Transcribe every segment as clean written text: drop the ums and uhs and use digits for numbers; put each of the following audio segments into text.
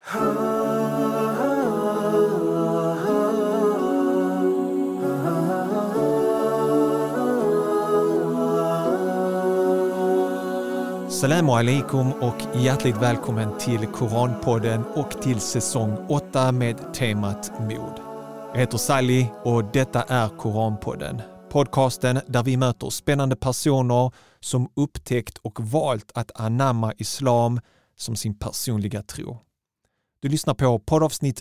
Assalamu alaikum och hjärtligt välkommen till Koranpodden och till säsong 8 med temat mod. Jag heter Sally och detta är Koranpodden. Podcasten där vi möter spännande personer som upptäckt och valt att anamma islam som sin personliga tro. Du lyssnar på poddavsnitt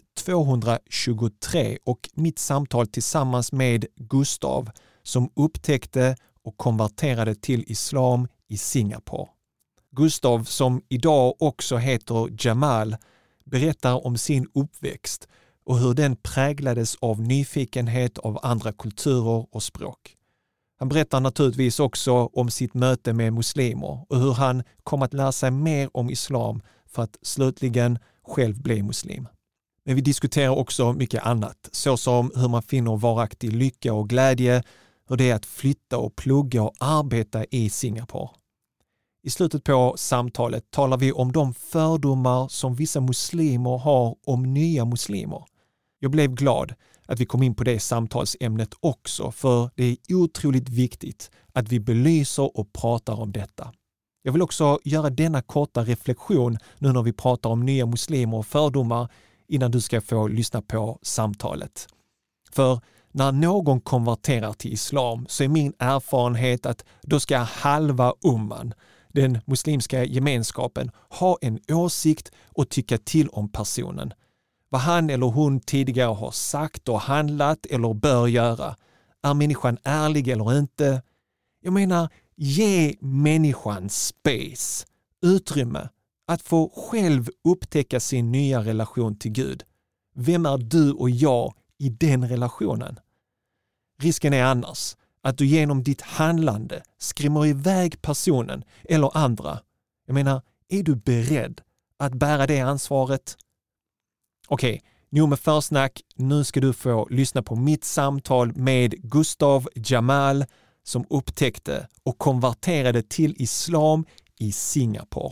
223 och mitt samtal tillsammans med Gustav som upptäckte och konverterade till islam i Singapore. Gustav, som idag också heter Jamal, berättar om sin uppväxt och hur den präglades av nyfikenhet av andra kulturer och språk. Han berättar naturligtvis också om sitt möte med muslimer och hur han kom att lära sig mer om islam för att slutligen själv bli muslim. Men vi diskuterar också mycket annat, såsom hur man finner varaktig lycka och glädje, hur det är att flytta och plugga och arbeta i Singapore. I slutet på samtalet talar vi om de fördomar som vissa muslimer har om nya muslimer. Jag blev glad att vi kom in på det samtalsämnet också, för det är otroligt viktigt att vi belyser och pratar om detta. Jag vill också göra denna korta reflektion nu när vi pratar om nya muslimer och fördomar innan du ska få lyssna på samtalet. För när någon konverterar till islam så är min erfarenhet att då ska halva umman, den muslimska gemenskapen, ha en åsikt och tycka till om personen. Vad han eller hon tidigare har sagt och handlat eller bör göra. Är människan ärlig eller inte? Jag menar, ge människan space, utrymme, att få själv upptäcka sin nya relation till Gud. Vem är du och jag i den relationen? Risken är annars att du genom ditt handlande skrämmer iväg personen eller andra. Jag menar, är du beredd att bära det ansvaret? Okej, nu med försnack. Nu ska du få lyssna på mitt samtal med Gustav Jamal som upptäckte och konverterade till islam i Singapore.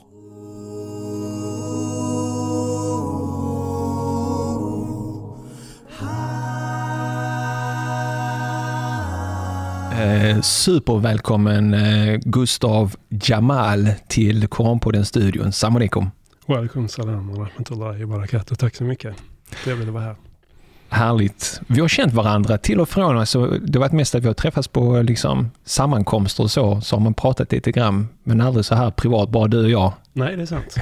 Supervälkommen Gustav Jamal till Koranpodden-studion. Assalamu alaikum. Walaikum salam wa rahmatullahi wa barakatuh. Tack så mycket. Trevligt att vara här. Härligt. Vi har känt varandra till och från. Alltså, det har varit mest att vi har träffats på liksom, sammankomster och så har man pratat lite grann. Men aldrig så här privat, bara du och jag. Nej, det är sant.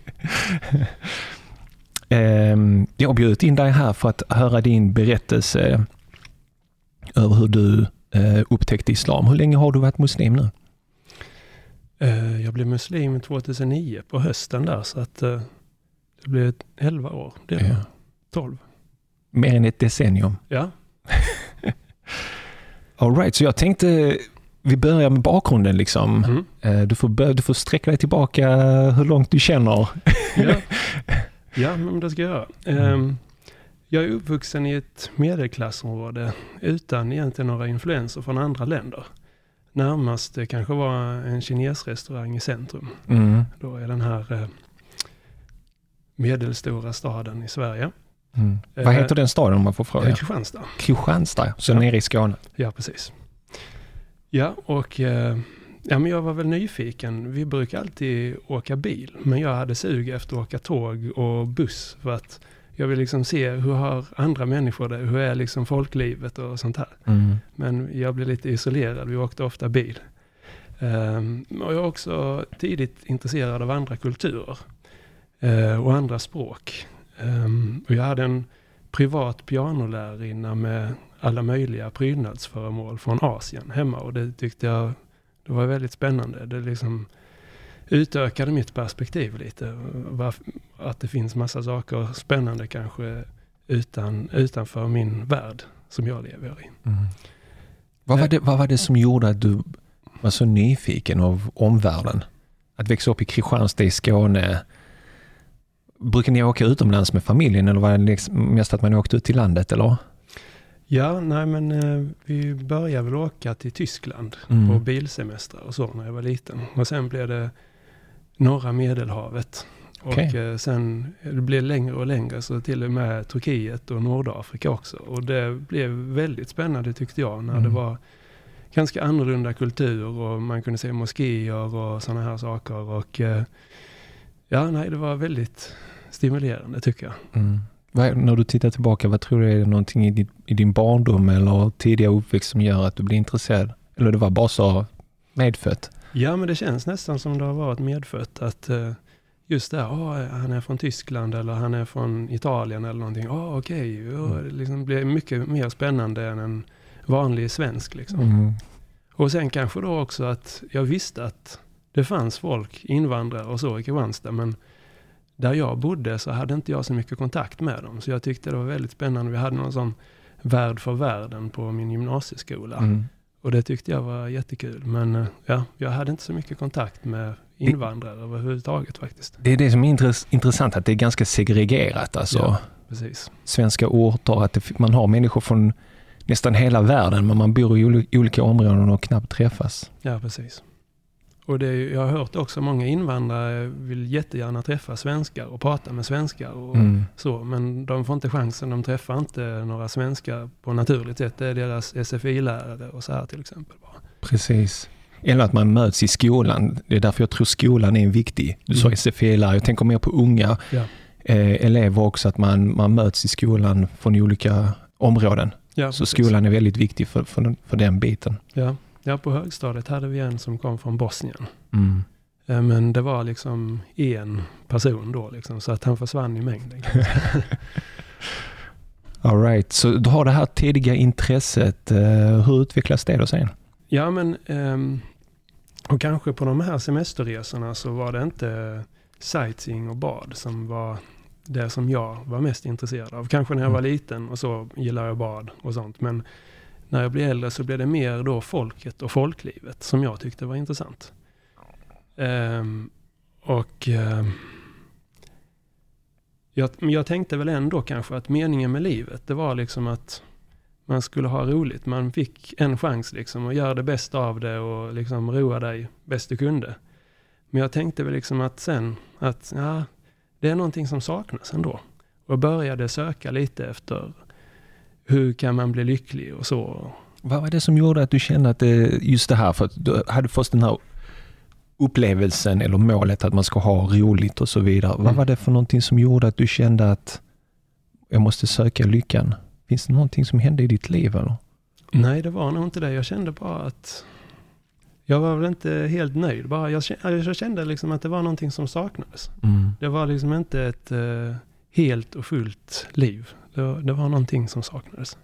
Jag har bjudit in dig här för att höra din berättelse över hur du upptäckte islam. Hur länge har du varit muslim nu? Jag blev muslim 2009 på hösten där, så att det blev 11 år. Det är 12. Mer än ett decennium. Ja. All right, så jag tänkte vi börjar med bakgrunden liksom. Du får sträcka dig tillbaka hur långt du känner. Ja, men det ska jag göra. Jag är uppvuxen i ett medelklassområde utan egentligen några influenser från andra länder. Närmast det kanske var en kinesrestaurang i centrum. Då är den här medelstora staden i Sverige. Vad heter den staden om man får fråga? Kristianstad. Kristianstad, så nere i Skåne. Ja, precis. Ja, och men jag var väl nyfiken. Vi brukar alltid åka bil, men jag hade sug efter att åka tåg och buss för att jag vill liksom se hur har andra människor det, hur är liksom folklivet och sånt här. Men jag blev lite isolerad, vi åkte ofta bil. Och jag är också tidigt intresserad av andra kulturer och andra språk. Och jag hade en privat pianolärarinna med alla möjliga prydnadsföremål från Asien hemma, och det tyckte jag det var väldigt spännande. Det liksom utökade mitt perspektiv lite. Att det finns massa saker spännande kanske utanför min värld som jag lever i. Vad var det som gjorde att du var så nyfiken av omvärlden? Att växa upp i Kristianstad i Skåne. Brukar ni åka utomlands med familjen, eller var det mest att man åkte ut till landet, eller? Ja, nej men vi började väl åka till Tyskland på bilsemestrar och så när jag var liten. Och sen blev det norra Medelhavet. Okay. Och sen det blev längre och längre, så till och med Turkiet och Nordafrika också. Och det blev väldigt spännande tyckte jag, när det var ganska annorlunda kultur och man kunde se moskéer och sådana här saker. Och det var väldigt stimulerande tycker jag. När du tittar tillbaka, vad tror du är någonting i din barndom eller tidiga uppväxt som gör att du blir intresserad? Eller det var bara så medfött? Ja, men det känns nästan som det har varit medfött att just det, han är från Tyskland eller han är från Italien eller någonting. Okej. Det liksom blir mycket mer spännande än en vanlig svensk liksom. Och sen kanske då också att jag visste att det fanns folk, invandrare och så i Kristianstad, men där jag bodde så hade inte jag så mycket kontakt med dem. Så jag tyckte det var väldigt spännande. Vi hade någon sån värld för världen på min gymnasieskola. Och det tyckte jag var jättekul. Men jag hade inte så mycket kontakt med invandrare överhuvudtaget faktiskt. Det är det som är intressant, att det är ganska segregerat. Alltså. Ja, precis. Svenska orter, att man har människor från nästan hela världen, men man bor i olika områden och knappt träffas. Ja, precis. Och jag har hört också många invandrare vill jättegärna träffa svenskar och prata med svenskar och så, men de får inte chansen, de träffar inte några svenskar på naturligt sätt. Det är deras SFI-lärare och så här till exempel. Precis. Eller att man möts i skolan. Det är därför jag tror skolan är viktig. Du sa SFI-lärare, jag tänker mer på unga elever också, att man möts i skolan från olika områden. Ja, så skolan är väldigt viktig för den biten. Ja, på högstadiet hade vi en som kom från Bosnien. Men det var liksom en person då liksom, så att han försvann i mängden. All right, så du har det här tidiga intresset. Hur utvecklas det då sen? Ja, men och kanske på de här semesterresorna så var det inte sightseeing och bad som var det som jag var mest intresserad av. Kanske när jag var liten och så gillar jag bad och sånt, men när jag blev äldre så blev det mer då folket och folklivet som jag tyckte var intressant. Jag tänkte väl ändå kanske att meningen med livet, det var liksom att man skulle ha roligt. Man fick en chans liksom att göra det bästa av det och liksom roa dig bäst du kunde. Men jag tänkte väl liksom att sen att det är någonting som saknas ändå. Och började söka lite efter hur kan man bli lycklig och så. Vad var det som gjorde att du kände att just det här, för att du hade fått den här upplevelsen eller målet att man ska ha roligt och så vidare. Vad var det för någonting som gjorde att du kände att jag måste söka lyckan? Finns det någonting som hände i ditt liv eller? Nej, det var nog inte det. Jag kände bara att jag var väl inte helt nöjd. Jag kände liksom att det var någonting som saknades. Det var liksom inte ett helt och fullt liv. Det var någonting som saknades.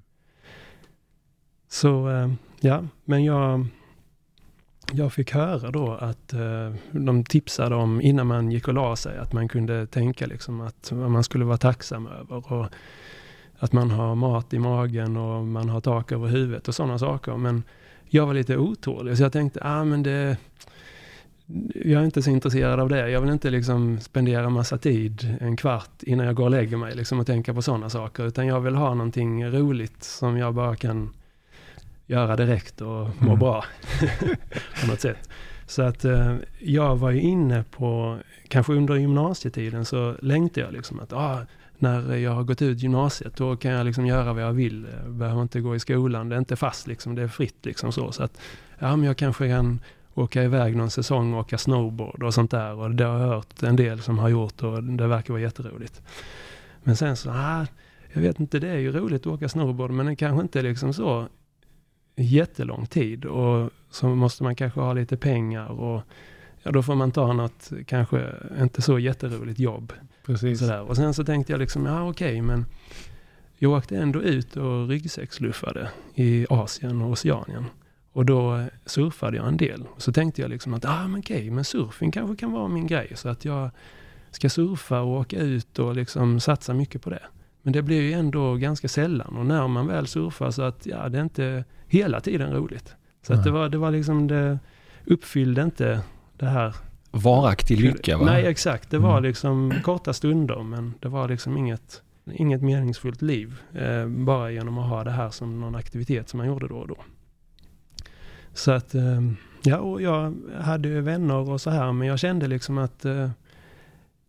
Så men jag fick höra då att de tipsade om innan man gick och la sig att man kunde tänka liksom att man skulle vara tacksam över och att man har mat i magen och man har tak över huvudet och sådana saker. Men jag var lite otålig så jag tänkte jag är inte så intresserad av det. Jag vill inte liksom spendera massa tid, en kvart innan jag går och lägger mig liksom och tänka på sådana saker, utan jag vill ha någonting roligt som jag bara kan göra direkt och må bra på något sätt. Så att jag var ju inne på, kanske under gymnasietiden så längtade jag liksom att när jag har gått ut gymnasiet då kan jag liksom göra vad jag vill. Jag behöver inte gå i skolan, det är inte fast liksom, det är fritt liksom så att men jag kanske kan åka iväg någon säsong och åka snowboard och sånt där, och det har jag hört en del som har gjort och det verkar vara jätteroligt. Men sen så, jag vet inte, det är ju roligt att åka snowboard men det kanske inte liksom så jättelång tid och så måste man kanske ha lite pengar och då får man ta något kanske inte så jätteroligt jobb. Precis. Sådär. Och sen så tänkte jag liksom, okej, men jag åkte ändå ut och ryggsäcksluffade i Asien och Oceanien. Och då surfade jag en del. Och så tänkte jag liksom att, men surfing kanske kan vara min grej. Så att jag ska surfa och åka ut och liksom satsa mycket på det. Men det blir ju ändå ganska sällan. Och när man väl surfar så att det är inte hela tiden roligt. Så att det var liksom, det uppfyllde inte det här. Varaktig lycka, va? Nej, exakt. Det var liksom korta stunder, men det var liksom inget meningsfullt liv. Bara genom att ha det här som någon aktivitet som man gjorde då och då. Så att, och jag hade ju vänner och så här, men jag kände liksom att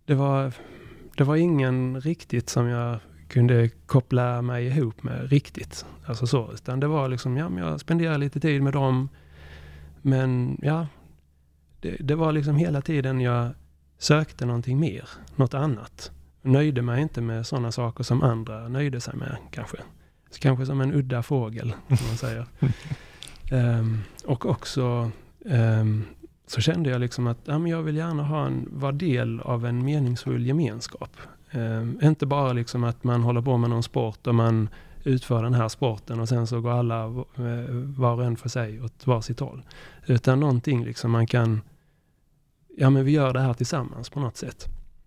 det var ingen riktigt som jag kunde koppla mig ihop med riktigt. Alltså så. Utan det var liksom, jag spenderade lite tid med dem. Men det var liksom hela tiden jag sökte någonting mer, något annat. Nöjde mig inte med sådana saker som andra nöjde sig med kanske. Kanske som en udda fågel, som man säger. Och också så kände jag liksom att jag vill gärna vara del av en meningsfull gemenskap. Inte bara liksom att man håller på med någon sport och man utför den här sporten och sen så går alla var och en för sig åt var sitt håll. Utan någonting liksom man kan, men vi gör det här tillsammans på något sätt.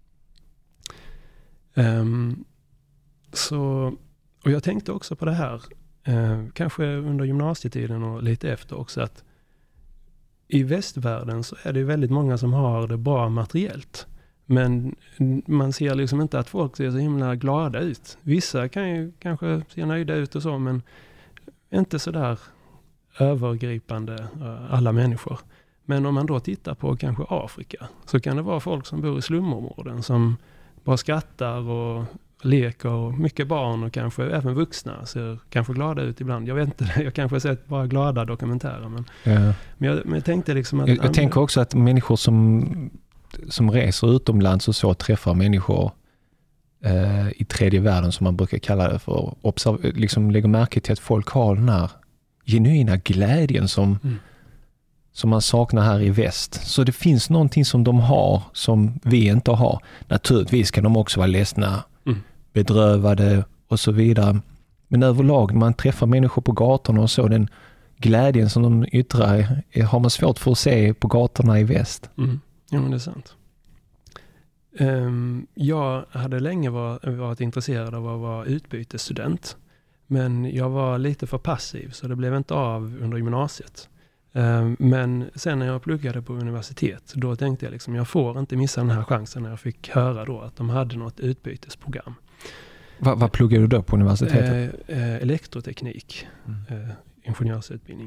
Och jag tänkte också på det här, kanske under gymnasietiden och lite efter också, att i västvärlden så är det väldigt många som har det bra materiellt. Men man ser liksom inte att folk ser så himla glada ut. Vissa kan ju kanske se nöjda ut och så, men inte så där övergripande alla människor. Men om man då tittar på kanske Afrika, så kan det vara folk som bor i slumområden som bara skrattar och leker, och mycket barn och kanske även vuxna ser kanske glada ut ibland. Jag vet inte, jag kanske har sett bara glada dokumentärer. Men jag tänkte liksom att... Jag tänker också att människor som reser utomlands och så träffar människor i tredje världen, som man brukar kalla det för, liksom lägger märke till att folk har den här genuina glädjen som man saknar här i väst. Så det finns någonting som de har som vi inte har. Naturligtvis kan de också vara ledsna, bedrövade och så vidare. Men överlag när man träffar människor på gatorna och så, den glädjen som de yttrar har man svårt för att se på gatorna i väst. Ja, men det är sant. Jag hade länge varit intresserad av att vara utbytesstudent. Men jag var lite för passiv, så det blev inte av under gymnasiet. Men sen när jag pluggade på universitet, då tänkte jag liksom, jag får inte missa den här chansen, när jag fick höra då att de hade något utbytesprogram. Vad pluggade du då på universitetet? Elektroteknik, ingenjörsutbildning.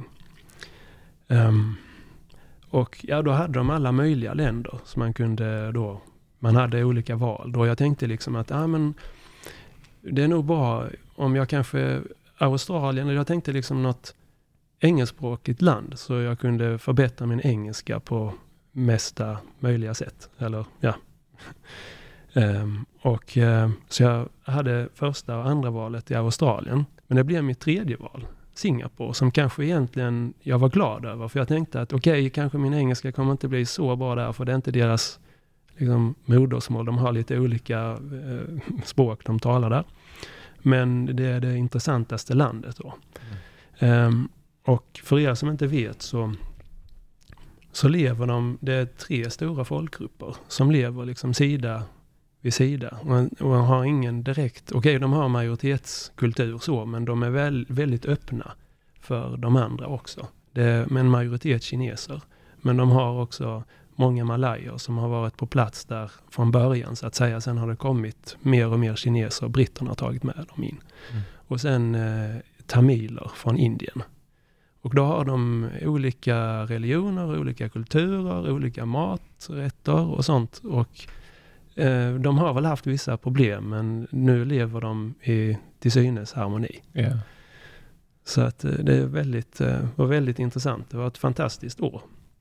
Och då hade de alla möjliga länder som man kunde då, man hade olika val. Då jag tänkte liksom att men det är nog bra om jag kanske Australien, eller jag tänkte liksom något engelskspråkigt land, så jag kunde förbättra min engelska på mesta möjliga sätt. Eller så jag hade första och andra valet i Australien. Men det blev mitt tredje val, Singapore, som kanske egentligen jag var glad över. För jag tänkte att kanske min engelska kommer inte bli så bra där, för det är inte deras liksom modersmål. De har lite olika språk de talar där. Men det är det intressantaste landet då. Och för er som inte vet så lever det är 3 stora folkgrupper som lever liksom sida vid sida. Och har ingen direkt, de har majoritetskultur så, men de är väldigt öppna för de andra också. Det är med en majoritet kineser. Men de har också många malajer som har varit på plats där från början, så att säga. Sen har det kommit mer och mer kineser, och britterna har tagit med dem in. Och sen tamiler från Indien. Och då har de olika religioner, olika kulturer, olika maträtter och sånt. Och de har väl haft vissa problem, men nu lever de i till synes harmoni. Yeah. Så att det var väldigt intressant. Det var ett fantastiskt år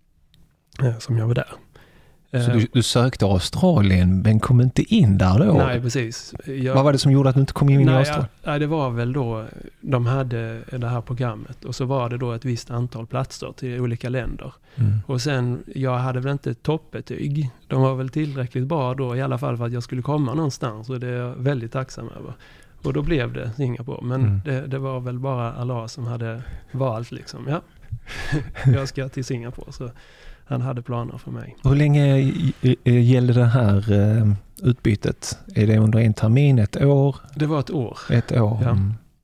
som jag var där. Så du sökte Australien men kom inte in där då? Nej, precis. Vad var det som gjorde att du inte kom in i Australien? Nej, det var väl då de hade det här programmet, och så var det då ett visst antal platser till olika länder. Och sen, jag hade väl inte toppbetyg. De var väl tillräckligt bra då i alla fall för att jag skulle komma någonstans, och det är jag väldigt tacksam över. Och då blev det Singapore. Men det var väl bara Allah som hade valt liksom. Jag ska till Singapore, så han hade planer för mig. Hur länge gällde det här utbytet? Är det under en termin, ett år? Det var ett år. Ett år. Ja.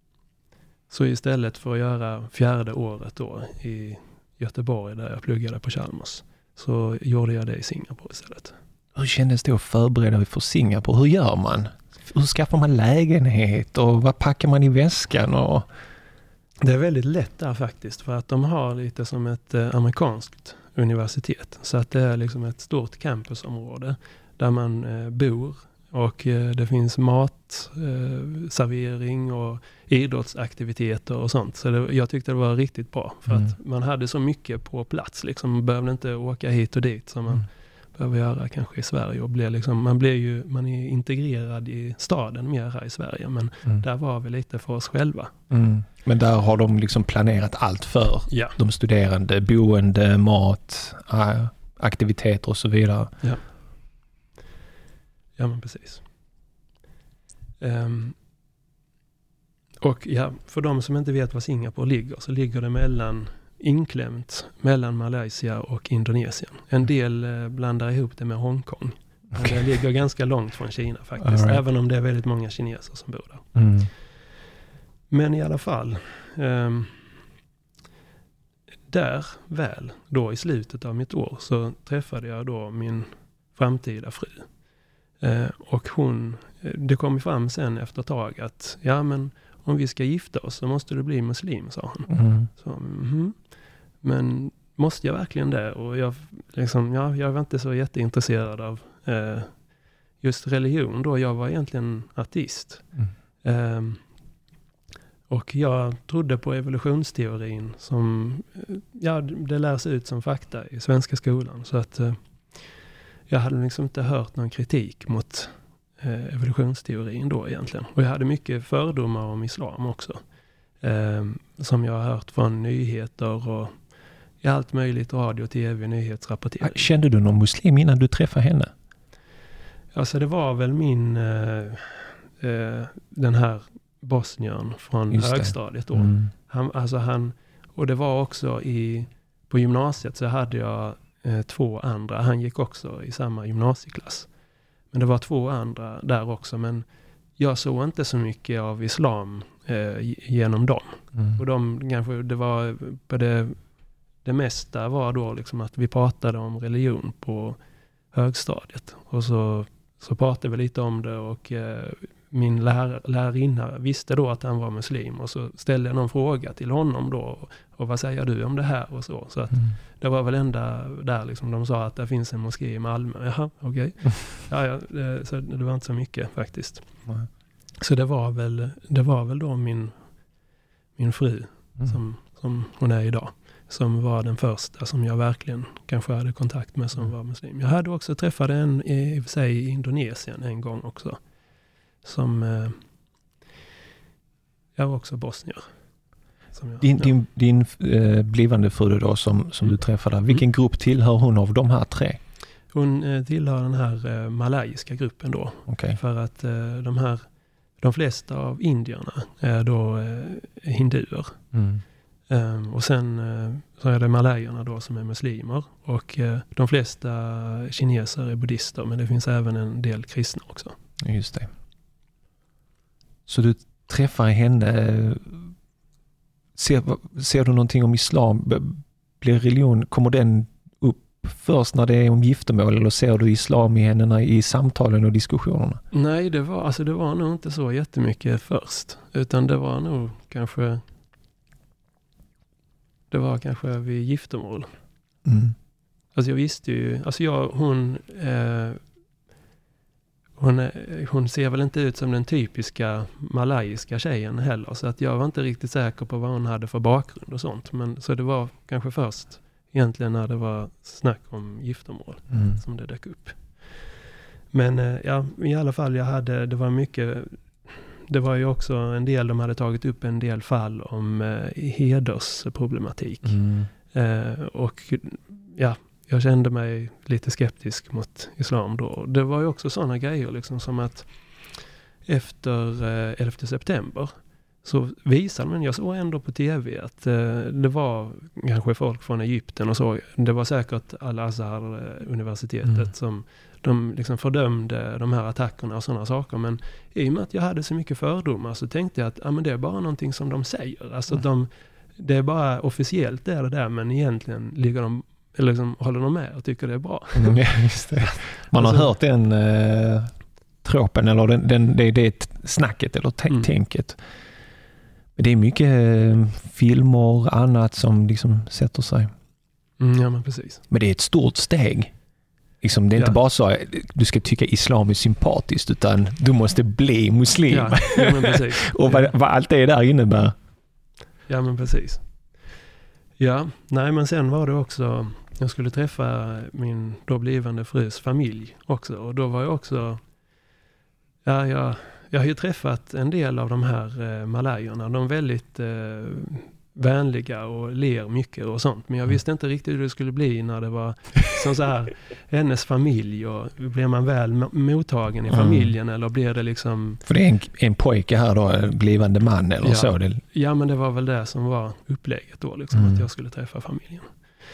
Så istället för att göra 4:e året då i Göteborg, där jag pluggade på Chalmers, så gjorde jag det i Singapore istället. Hur kändes det att förbereda dig för Singapore? Hur gör man? Hur skaffar man lägenhet och vad packar man i väskan? Det är väldigt lätt där faktiskt, för att de har lite som ett amerikanskt universitet. Så att det är liksom ett stort campusområde där man bor. Och det finns mat, servering och idrottsaktiviteter och sånt. Så jag tyckte det var riktigt bra. För att man hade så mycket på plats. Liksom. Man behövde inte åka hit och dit som man behöver göra kanske i Sverige. Och man är integrerad i staden mer här i Sverige. Men där var vi lite för oss själva. Men där har de liksom planerat allt för de studerande. Boende, mat, aktiviteter och så vidare. Ja, men precis. Och för de som inte vet var Singapore ligger, så ligger det inklämt mellan Malaysia och Indonesien. En del blandar ihop det med Hongkong. Men det ligger ganska långt från Kina faktiskt, även om det är väldigt många kineser som bor där. Men i alla fall, där väl då i slutet av mitt år så träffade jag då min framtida fru. Och det kom fram sen efter ett tag att men om vi ska gifta oss så måste du bli muslim, sa han. Så, men måste jag verkligen det? Och jag var inte så jätteintresserad av just religion då. Jag var egentligen ateist. Och jag trodde på evolutionsteorin som det lärs ut som fakta i svenska skolan. Så att jag hade liksom inte hört någon kritik mot evolutionsteorin då egentligen. Och jag hade mycket fördomar om islam också. Som jag har hört från nyheter och i allt möjligt, radio, tv, nyhetsrapportering. Kände du någon muslim innan du träffade henne? Alltså det var väl den här bosniern från högstadiet då. Och det var också på gymnasiet så hade jag 2 andra. Han gick också i samma gymnasieklass. Men det var 2 andra där också. Men jag såg inte så mycket av islam genom dem. Och det mesta var då liksom att vi pratade om religion på högstadiet. Och så pratade vi lite om det och min lärarinna visste då att han var muslim. Och så ställde jag någon fråga till honom då. Och vad säger du om det här och så. Så att det var väl ända där liksom de sa att det finns en moské i Malmö. Jaha, okej. Så det var inte så mycket faktiskt. Så det var väl då min fru som hon är idag. Som var den första som jag verkligen kanske hade kontakt med som var muslim. Jag hade också träffat en i och för sig i Indonesien en gång också. Som jag var också bosnier. Din blivande fru då som du träffade, vilken grupp tillhör hon av de här 3? Hon tillhör den här malayiska gruppen då. Okay. För att de flesta av indierna är då hinduer. Och sen så är det malajerna då som är muslimer. Och de flesta kineser är buddhister, men det finns även en del kristna också. Just det. Så du träffar henne. Ser du någonting om islam? Blir religion, kommer den upp först när det är om giftermål, eller ser du islam i henne i samtalen och diskussionerna? Nej, det var nog inte så jättemycket först. Utan det var nog kanske vid giftermål. Alltså jag visste ju, hon ser väl inte ut som den typiska malayiska tjejen heller. Så att jag var inte riktigt säker på vad hon hade för bakgrund och sånt. Men så det var kanske först egentligen när det var snack om giftermål som det dök upp. Men i alla fall det var mycket. Det var ju också en del, de hade tagit upp en del fall om hedersproblematik. Och jag kände mig lite skeptisk mot islam då. Det var ju också sådana grejer liksom som att efter 11 september så visade man, jag såg ändå på tv att det var kanske folk från Egypten och så. Det var säkert Al-Azhar-universitetet som de liksom fördömde de här attackerna och sådana saker. Men i och med att jag hade så mycket fördomar så tänkte jag att men det är bara någonting som de säger. Alltså det är bara officiellt det där, men egentligen ligger de liksom, håller de med och tycker det är bra. Just det. Man har hört den tropen eller det snacket eller tänket. Men det är mycket filmer och annat som liksom sätter sig. Ja, men precis. Men det är ett stort steg. liksom, det är inte bara så du ska tycka islam är sympatiskt, utan du måste bli muslim. Ja, men precis. Och vad allt det där innebär. Ja, men precis. Ja, nej, men sen var det också, jag skulle träffa min då blivande frus familj också. Och då var jag också, jag har ju träffat en del av de här malajerna. De är väldigt vänliga och ler mycket och sånt. Men jag visste inte riktigt hur det skulle bli när det var som så här hennes familj. Och blir man väl mottagen i familjen eller blir det liksom... För det är en pojke här då, en blivande man eller så? Det... Ja, men det var väl det som var upplägget då, liksom, att jag skulle träffa familjen.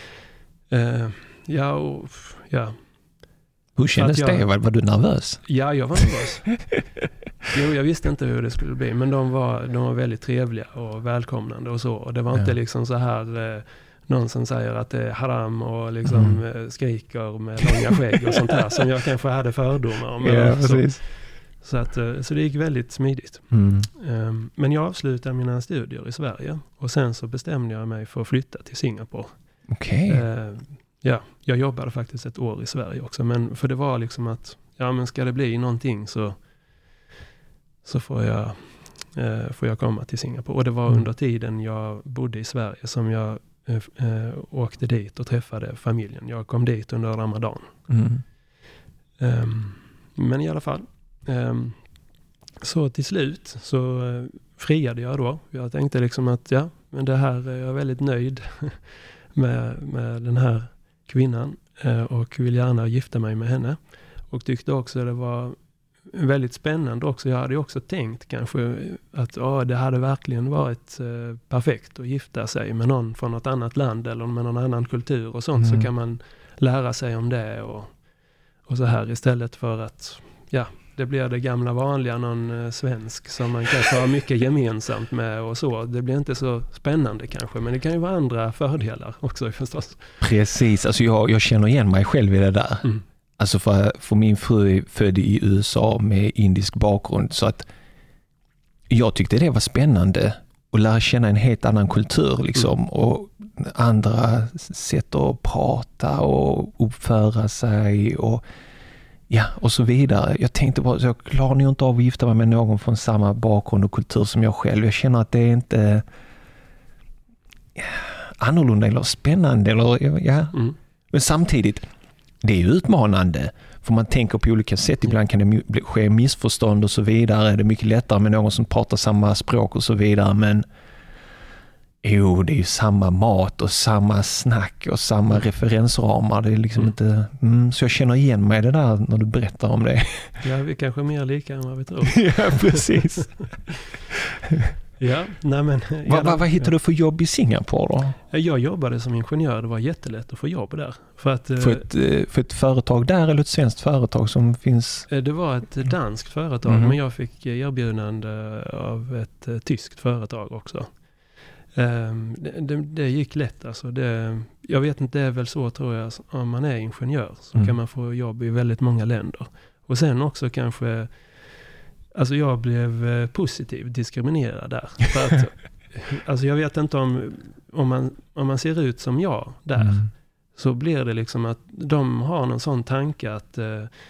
Hur kändes det? Var du nervös? Ja, jag var nervös. Jo, jag visste inte hur det skulle bli, men de var väldigt trevliga och välkomnande och så. Och det var inte liksom så här någon som säger att det är haram och liksom skriker med långa skägg och sånt där som jag kanske hade fördomar om. Ja, precis. Så det gick väldigt smidigt. Men jag avslutade mina studier i Sverige och sen så bestämde jag mig för att flytta till Singapore. Okej. Ja, jag jobbade faktiskt ett år i Sverige också, men för det var liksom att men ska det bli någonting så får jag komma till Singapore. Och det var under tiden jag bodde i Sverige som jag åkte dit och träffade familjen. Jag kom dit under Ramadan. Men i alla fall så till slut så friade jag då. Jag tänkte liksom att men det här är jag väldigt nöjd med den här kvinnan och vill gärna gifta mig med henne. Och tyckte också det var väldigt spännande också. Jag hade också tänkt kanske att det hade verkligen varit perfekt att gifta sig med någon från något annat land eller med någon annan kultur och sånt, så kan man lära sig om det och så här, istället för att det blir det gamla vanliga, någon svensk som man kanske har mycket gemensamt med och så. Det blir inte så spännande kanske, men det kan ju vara andra fördelar också förstås. Precis, alltså jag känner igen mig själv i det där. Alltså för min fru är född i USA med indisk bakgrund, så att jag tyckte det var spännande att lära känna en helt annan kultur liksom, och andra sätt att prata och uppföra sig och så vidare. Jag tänkte bara, jag klarar nog inte av att gifta mig med någon från samma bakgrund och kultur som jag själv. Jag känner att det är inte annorlunda eller spännande men samtidigt det är utmanande, för man tänker på olika sätt. Ibland kan det ske missförstånd och så vidare. Det är mycket lättare med någon som pratar samma språk och så vidare, men det är ju samma mat och samma snack och samma referensramar. Det är liksom inte... så jag känner igen mig det där när du berättar om det. Ja, vi kanske är mer lika än vad vi tror. Ja, precis. Vad hittade du för jobb i Singapore då? Jag jobbade som ingenjör. Det var jättelätt att få jobb där. För ett företag där eller ett svenskt företag som finns? Det var ett danskt företag, men jag fick erbjudande av ett tyskt företag också. Det gick lätt alltså. Jag vet inte, det är väl så tror jag, om man är ingenjör så kan man få jobb i väldigt många länder. Och sen också kanske, alltså jag blev positivt diskriminerad där. För att, alltså jag vet inte om man ser ut som jag där, så blir det liksom att de har någon sån tanke att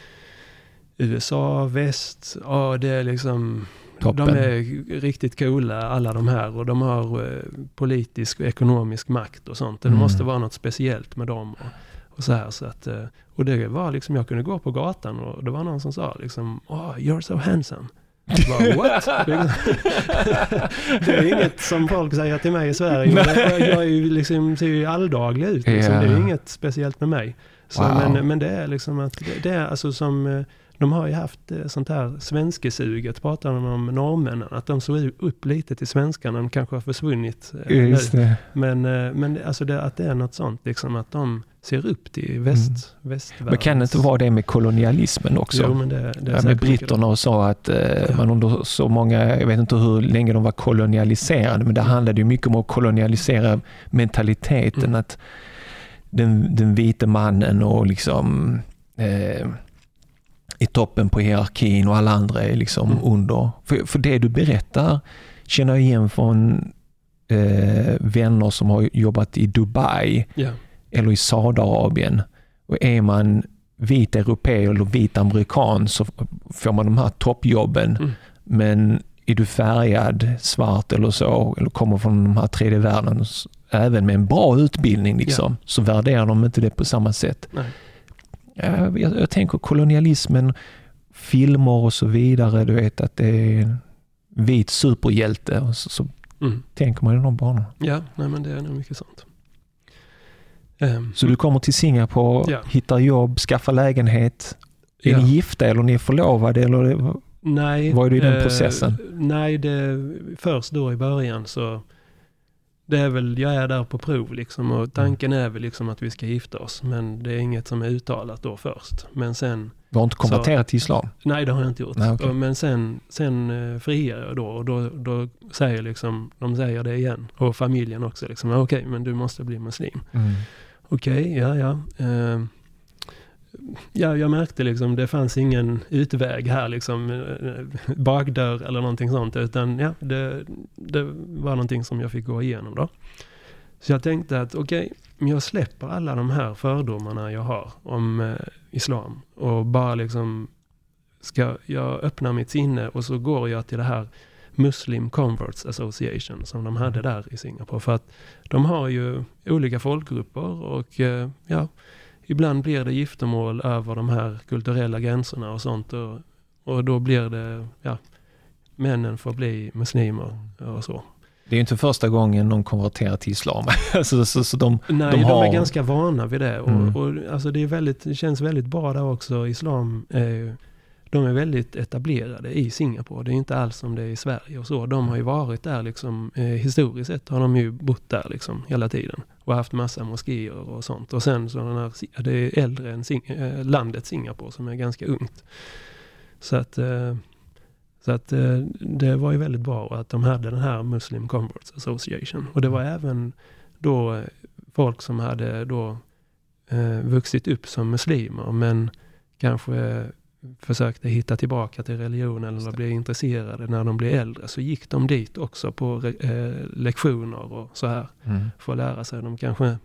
USA, väst, det är liksom... Toppen. De är riktigt coola alla de här, och de har politisk och ekonomisk makt och sånt. Det måste vara något speciellt med dem och så här, så att, och det var liksom, jag kunde gå på gatan och det var någon som sa liksom, you're so handsome. Bara, what? Det är inget som folk säger till mig i Sverige. Jag är ju liksom, ser ju alldaglig ut liksom. Det är inget speciellt med mig. Så, men det är liksom att det är alltså som de har ju haft sånt här svenskesuget, pratar de om norrmännen, att de såg upp lite till svenskarna, de kanske har försvunnit nu. Men alltså att det är något sånt liksom, att de ser upp till västvärlden. Men kan det inte vara det med kolonialismen också? Jo, men det med britterna och sa att man under så många, jag vet inte hur länge de var kolonialiserade, men det handlade ju mycket om att kolonialisera mentaliteten, att den vita mannen och liksom i toppen på hierarkin och alla andra är liksom under. För det du berättar känner jag igen från vänner som har jobbat i Dubai eller i Saudiarabien. Och är man vit europé eller vit amerikan så får man de här toppjobben. Men är du färgad, svart eller så, eller kommer från de här tredje världen, även med en bra utbildning liksom, så värderar de inte det på samma sätt. Nej. Jag tänker kolonialismen, filmer och så vidare, du vet att det är en vit superhjälte och så tänker man i de banorna. Ja, nej, men det är nog mycket sånt. Så du kommer till Singapore, hittar jobb, skaffar lägenhet. Är ni gifta eller ni är förlovade? Eller nej, vad är det i den processen? Nej, först då i början så det är väl, jag är där på prov liksom, och tanken är väl liksom att vi ska gifta oss, men det är inget som är uttalat då först. Men sen... Du har inte konverterat till islam? Nej, det har jag inte gjort. Nej, okay. Men sen friar jag då, och då säger liksom, de säger det igen. Och familjen också liksom, okej, men du måste bli muslim. Okej, ja. Ja, jag märkte liksom, det fanns ingen utväg här liksom, bakdörr eller någonting sånt, utan ja, det var någonting som jag fick gå igenom då. Så jag tänkte att okej, men jag släpper alla de här fördomarna jag har om islam och bara liksom jag öppnar mitt sinne och så går jag till det här Muslim Converts Association som de hade där i Singapore, för att de har ju olika folkgrupper och ibland blir det giftermål över de här kulturella gränserna och sånt, och då blir det, männen får bli muslimer och så. Det är ju inte första gången de konverterar till islam. så de är ganska vana vid det. Och alltså det känns väldigt bra där också. Islam, de är väldigt etablerade i Singapore. Det är inte alls som det är i Sverige och så. De har ju varit där liksom, historiskt sett har de ju bott där liksom hela tiden. Och haft massa moskéer och sånt. Och sen så det är äldre än landet Singapore som är ganska ungt. Så att det var ju väldigt bra att de hade den här Muslim Converts Association. Och det var även då folk som hade då vuxit upp som muslimer, men kanske försökte hitta tillbaka till religionen eller blev intresserade när de blev äldre. Så gick de dit också på lektioner och så här för att lära sig. De kanske,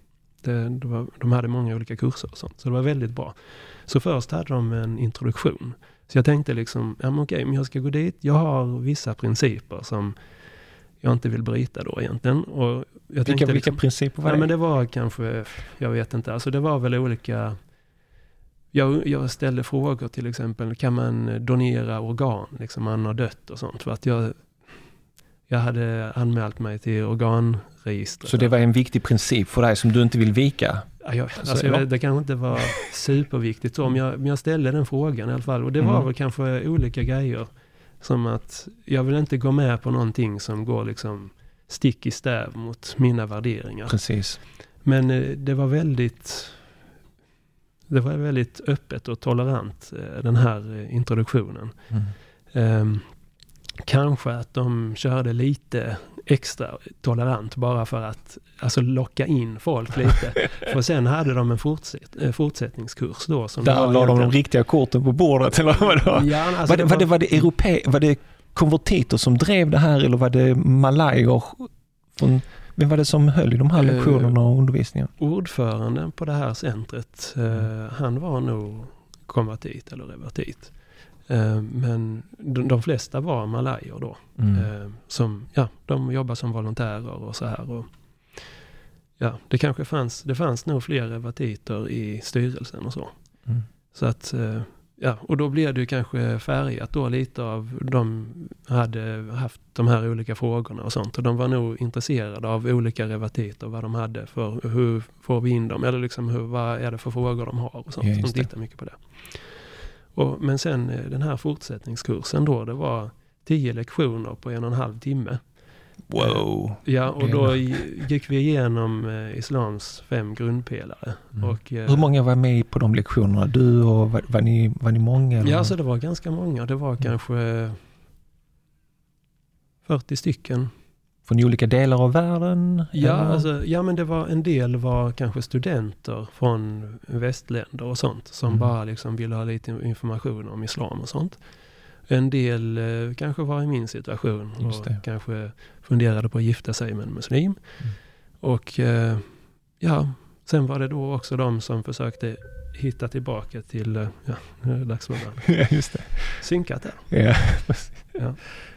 de hade många olika kurser och sånt. Så det var väldigt bra. Så först hade de en introduktion. Så jag tänkte liksom, men jag ska gå dit. Jag har vissa principer som jag inte vill bryta då egentligen. Och jag tänkte vilka principer var det? Men det var kanske, jag vet inte. Alltså det var väl olika... Jag ställde frågor till exempel, kan man donera organ? Liksom man har dött och sånt. För att jag hade anmält mig till organregistret. Så det var en viktig princip för dig som du inte vill vika? Det kanske inte var superviktigt så, men jag ställde den frågan i alla fall. Och det var väl kanske olika grejer. Som att jag vill inte gå med på någonting som går liksom stick i stäv mot mina värderingar. Precis. Men det var väldigt öppet och tolerant, den här introduktionen. Kanske att de körde lite extra tolerant bara för att locka in folk lite. För sen hade de en fortsättningskurs då. Som där la de riktiga korten på bordet eller vad det var? Ja, var det konvertiter som drev det här eller var det malajer? Vem var det som höll i de här lektionerna och undervisningen? Ordföranden på det här centret, han var nog konvertit eller revertit. Men de flesta var malajer då. Som, de jobbar som volontärer och så här. Och, det kanske fanns nog fler revertiter i styrelsen och så. Så att, och då blev det ju kanske färgat då lite av de hade haft de här olika frågorna och sånt. Och de var nog intresserade av olika revertiter, vad de hade för, hur får vi in dem? Eller liksom vad är det för frågor de har och sånt. De tittar mycket på det. Men sen den här fortsättningskursen då, det var 10 lektioner på 1,5 timme. Wow! Ja, och då gick vi igenom islams 5 grundpelare. Och, hur många var med på de lektionerna? Du och var ni många? Eller? Ja, så det var ganska många. Det var kanske 40 stycken. Från olika delar av världen? Men det var en del var kanske studenter från västländer och sånt som bara liksom ville ha lite information om islam och sånt. En del kanske var i min situation och kanske funderade på att gifta sig med en muslim. Och sen var det då också de som försökte hitta tillbaka till, nu är det dags för det. Ja, just det. Synkat där. Ja. Ja.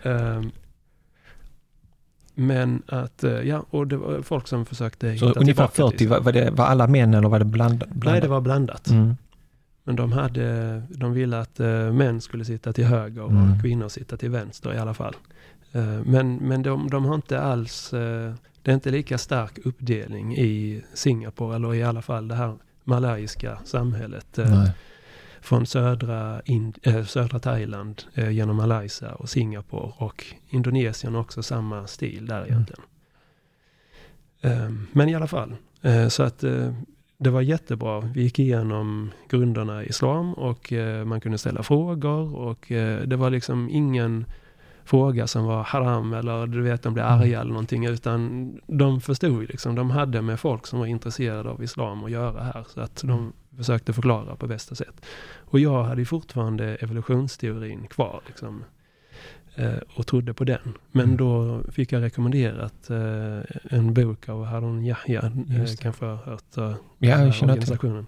Men att, och det var folk som försökte så hitta ungefär tillbaka 40, var alla män eller var det blandat? Nej, det var blandat. Mm. Men de ville att män skulle sitta till höger och kvinnor sitta till vänster i alla fall. Men de har inte alls, det är inte lika stark uppdelning i Singapore, eller i alla fall det här malayiska samhället. Från södra Thailand genom Malaysia och Singapore och Indonesien också samma stil där egentligen. Men i alla fall, så att det var jättebra. Vi gick igenom grunderna i islam och man kunde ställa frågor och det var liksom ingen fråga som var haram eller du vet de blev arga eller någonting, utan de förstod liksom, de hade med folk som var intresserade av islam att göra här, så att de försökte förklara på bästa sätt. Och jag hade fortfarande evolutionsteorin kvar liksom, och trodde på den. Men då fick jag rekommenderat en bok av Harun Yahya, kanske har hört organisationen.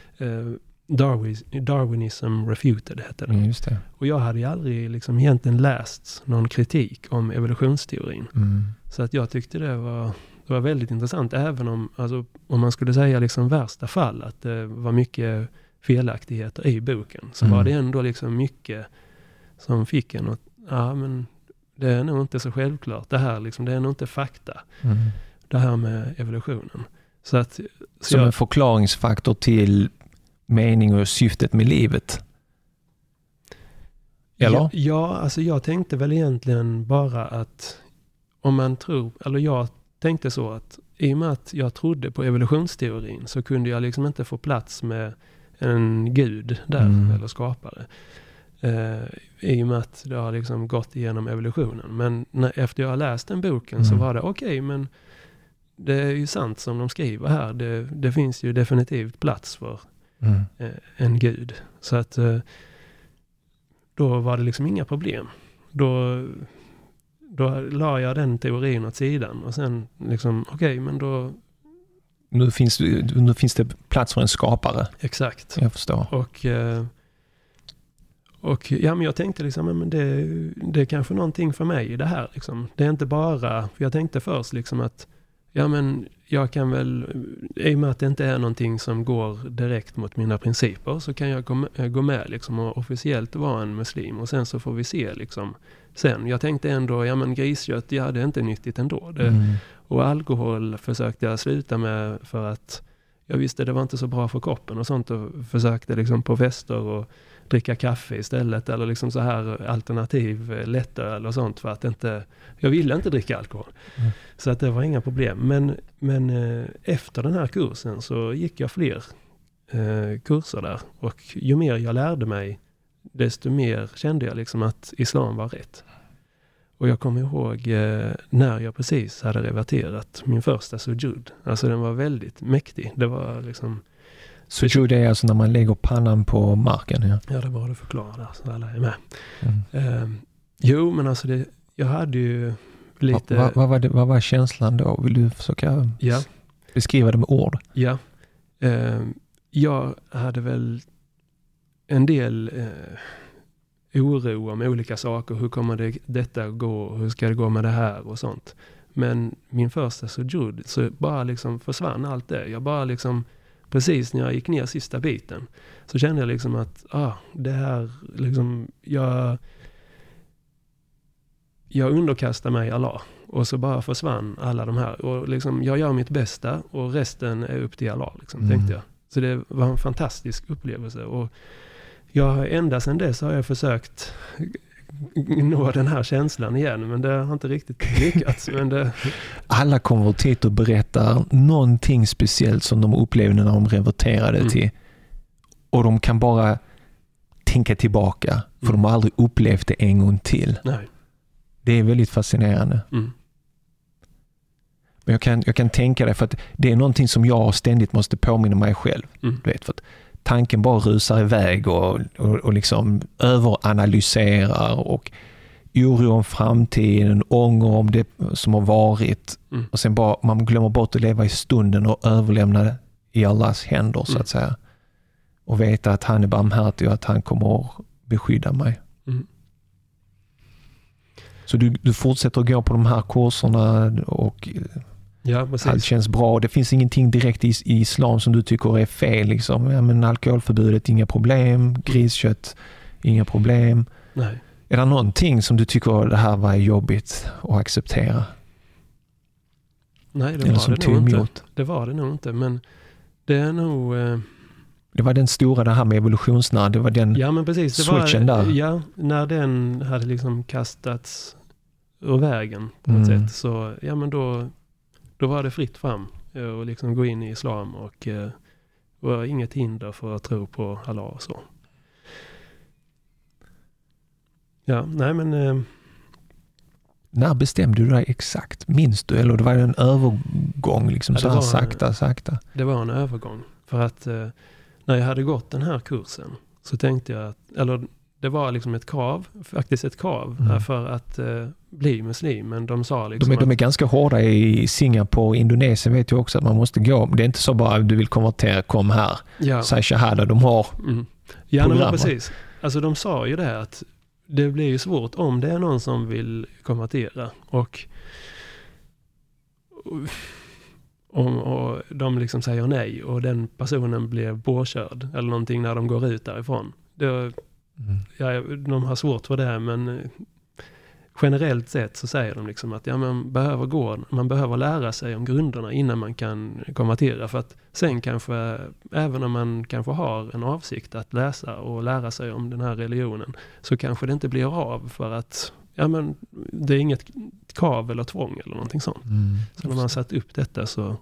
Darwinism Refuted hette det. Just det. Och jag hade ju aldrig liksom egentligen läst någon kritik om evolutionsteorin. Så att jag tyckte det var väldigt intressant, även om man skulle säga liksom värsta fall att det var mycket felaktigheter i boken, så var det ändå liksom mycket som fick en att men det är nog inte så självklart det här liksom, det är nog inte fakta det här med evolutionen. Så att som en förklaringsfaktor till mening och syftet med livet. Eller? Ja, alltså jag tänkte väl egentligen bara att om man tror, eller jag tänkte så att i och med att jag trodde på evolutionsteorin så kunde jag liksom inte få plats med en gud där, eller skapare. I och med att det har liksom gått igenom evolutionen. Men efter jag har läst den boken så var det okej, men det är ju sant som de skriver här. Det finns ju definitivt plats för en gud. Så att då var det liksom inga problem. Då la jag den teorin åt sidan och sen liksom okej, men då nu finns det plats för en skapare. Exakt. Jag förstår. Och ja, men jag tänkte liksom, men det är kanske någonting för mig i det här liksom. Det är inte bara, för jag tänkte först liksom att ja, men jag kan väl, i och med att det inte är någonting som går direkt mot mina principer, så kan jag gå med liksom och officiellt vara en muslim och sen så får vi se liksom sen. Jag tänkte ändå, ja men griskött, det är inte nyttigt ändå. Och alkohol försökte jag sluta med för att jag visste det var inte så bra för kroppen och sånt, och försökte liksom på fester och dricka kaffe istället eller liksom så här alternativ lättöl och sånt, för att jag ville inte dricka alkohol. Så att det var inga problem. Men efter den här kursen så gick jag fler kurser där, och ju mer jag lärde mig desto mer kände jag liksom att islam var rätt. Och jag kommer ihåg när jag precis hade reverterat min första sujud. Alltså den var väldigt mäktig. Det var liksom... Sujud är alltså när man lägger pannan på marken. Ja, ja, det var det förklara där så alla är med. Jo, men alltså jag hade ju lite... Vad var känslan då? Vill du försöka beskriva det med ord? Ja. Jag hade väl en del oro om olika saker. Hur kommer detta gå? Hur ska det gå med det här och sånt? Men min första sujud så bara liksom försvann allt det. Jag bara liksom, precis när jag gick ner sista biten så kände jag liksom att det här liksom, jag underkastar mig Allah. Och så bara försvann alla de här. Och liksom, jag gör mitt bästa och resten är upp till Allah liksom, tänkte jag. Så det var en fantastisk upplevelse. Och ända sedan dess har jag försökt nå den här känslan igen, men det har inte riktigt lyckats. Alla konvertiter berättar någonting speciellt som de upplevde när de reverterade till. Och de kan bara tänka tillbaka, för de har aldrig upplevt det en gång till. Nej. Det är väldigt fascinerande. Men jag kan tänka det, för att det är någonting som jag ständigt måste påminna mig själv. Du vet, för att tanken bara rusar iväg och liksom överanalyserar och oro om framtiden, ånger om det som har varit. Och sen bara, man glömmer bort att leva i stunden och överlämna det i Allahs händer så att säga. och veta att han är barmhärtig och att han kommer att beskydda mig. Mm. Så du fortsätter att gå på de här kurserna och allt känns bra. Det finns ingenting direkt i islam som du tycker är fel. Liksom. Ja, men alkoholförbudet, inga problem. Griskött, inga problem. Nej. Är det någonting som du tycker det här var jobbigt att acceptera? Nej, det var det nog inte. Det var det nog inte, men det är nog... Det var den stora, det här med evolutionsnära, det var den men precis, switchen där. Ja, när den hade liksom kastats ur vägen på något sätt, så men då var det fritt fram och liksom gå in i islam och var inget hinder för att tro på Allah och så. Ja, nej men... När bestämde du dig exakt? Minns du? Eller det var en övergång liksom, så här sakta? Det var en övergång. För att när jag hade gått den här kursen så tänkte jag att, eller det var liksom ett krav för att bli muslim. Men de sa liksom de är ganska hårda i Singapore, Indonesien vet jag också att man måste gå. Det är inte så bara du vill konvertera, kom här. Ja. Säg shahada, de har Ja, men precis. Alltså de sa ju det att det blir ju svårt om det är någon som vill konvertera och de liksom säger nej och den personen blir påkörd eller någonting när de går ut därifrån. De har svårt för det, men generellt sett så säger de liksom att man behöver lära sig om grunderna innan man kan konvertera, för att sen kanske, även om man kanske har en avsikt att läsa och lära sig om den här religionen, så kanske det inte blir av för att det är inget krav eller tvång eller någonting sånt. Så när man satt upp detta så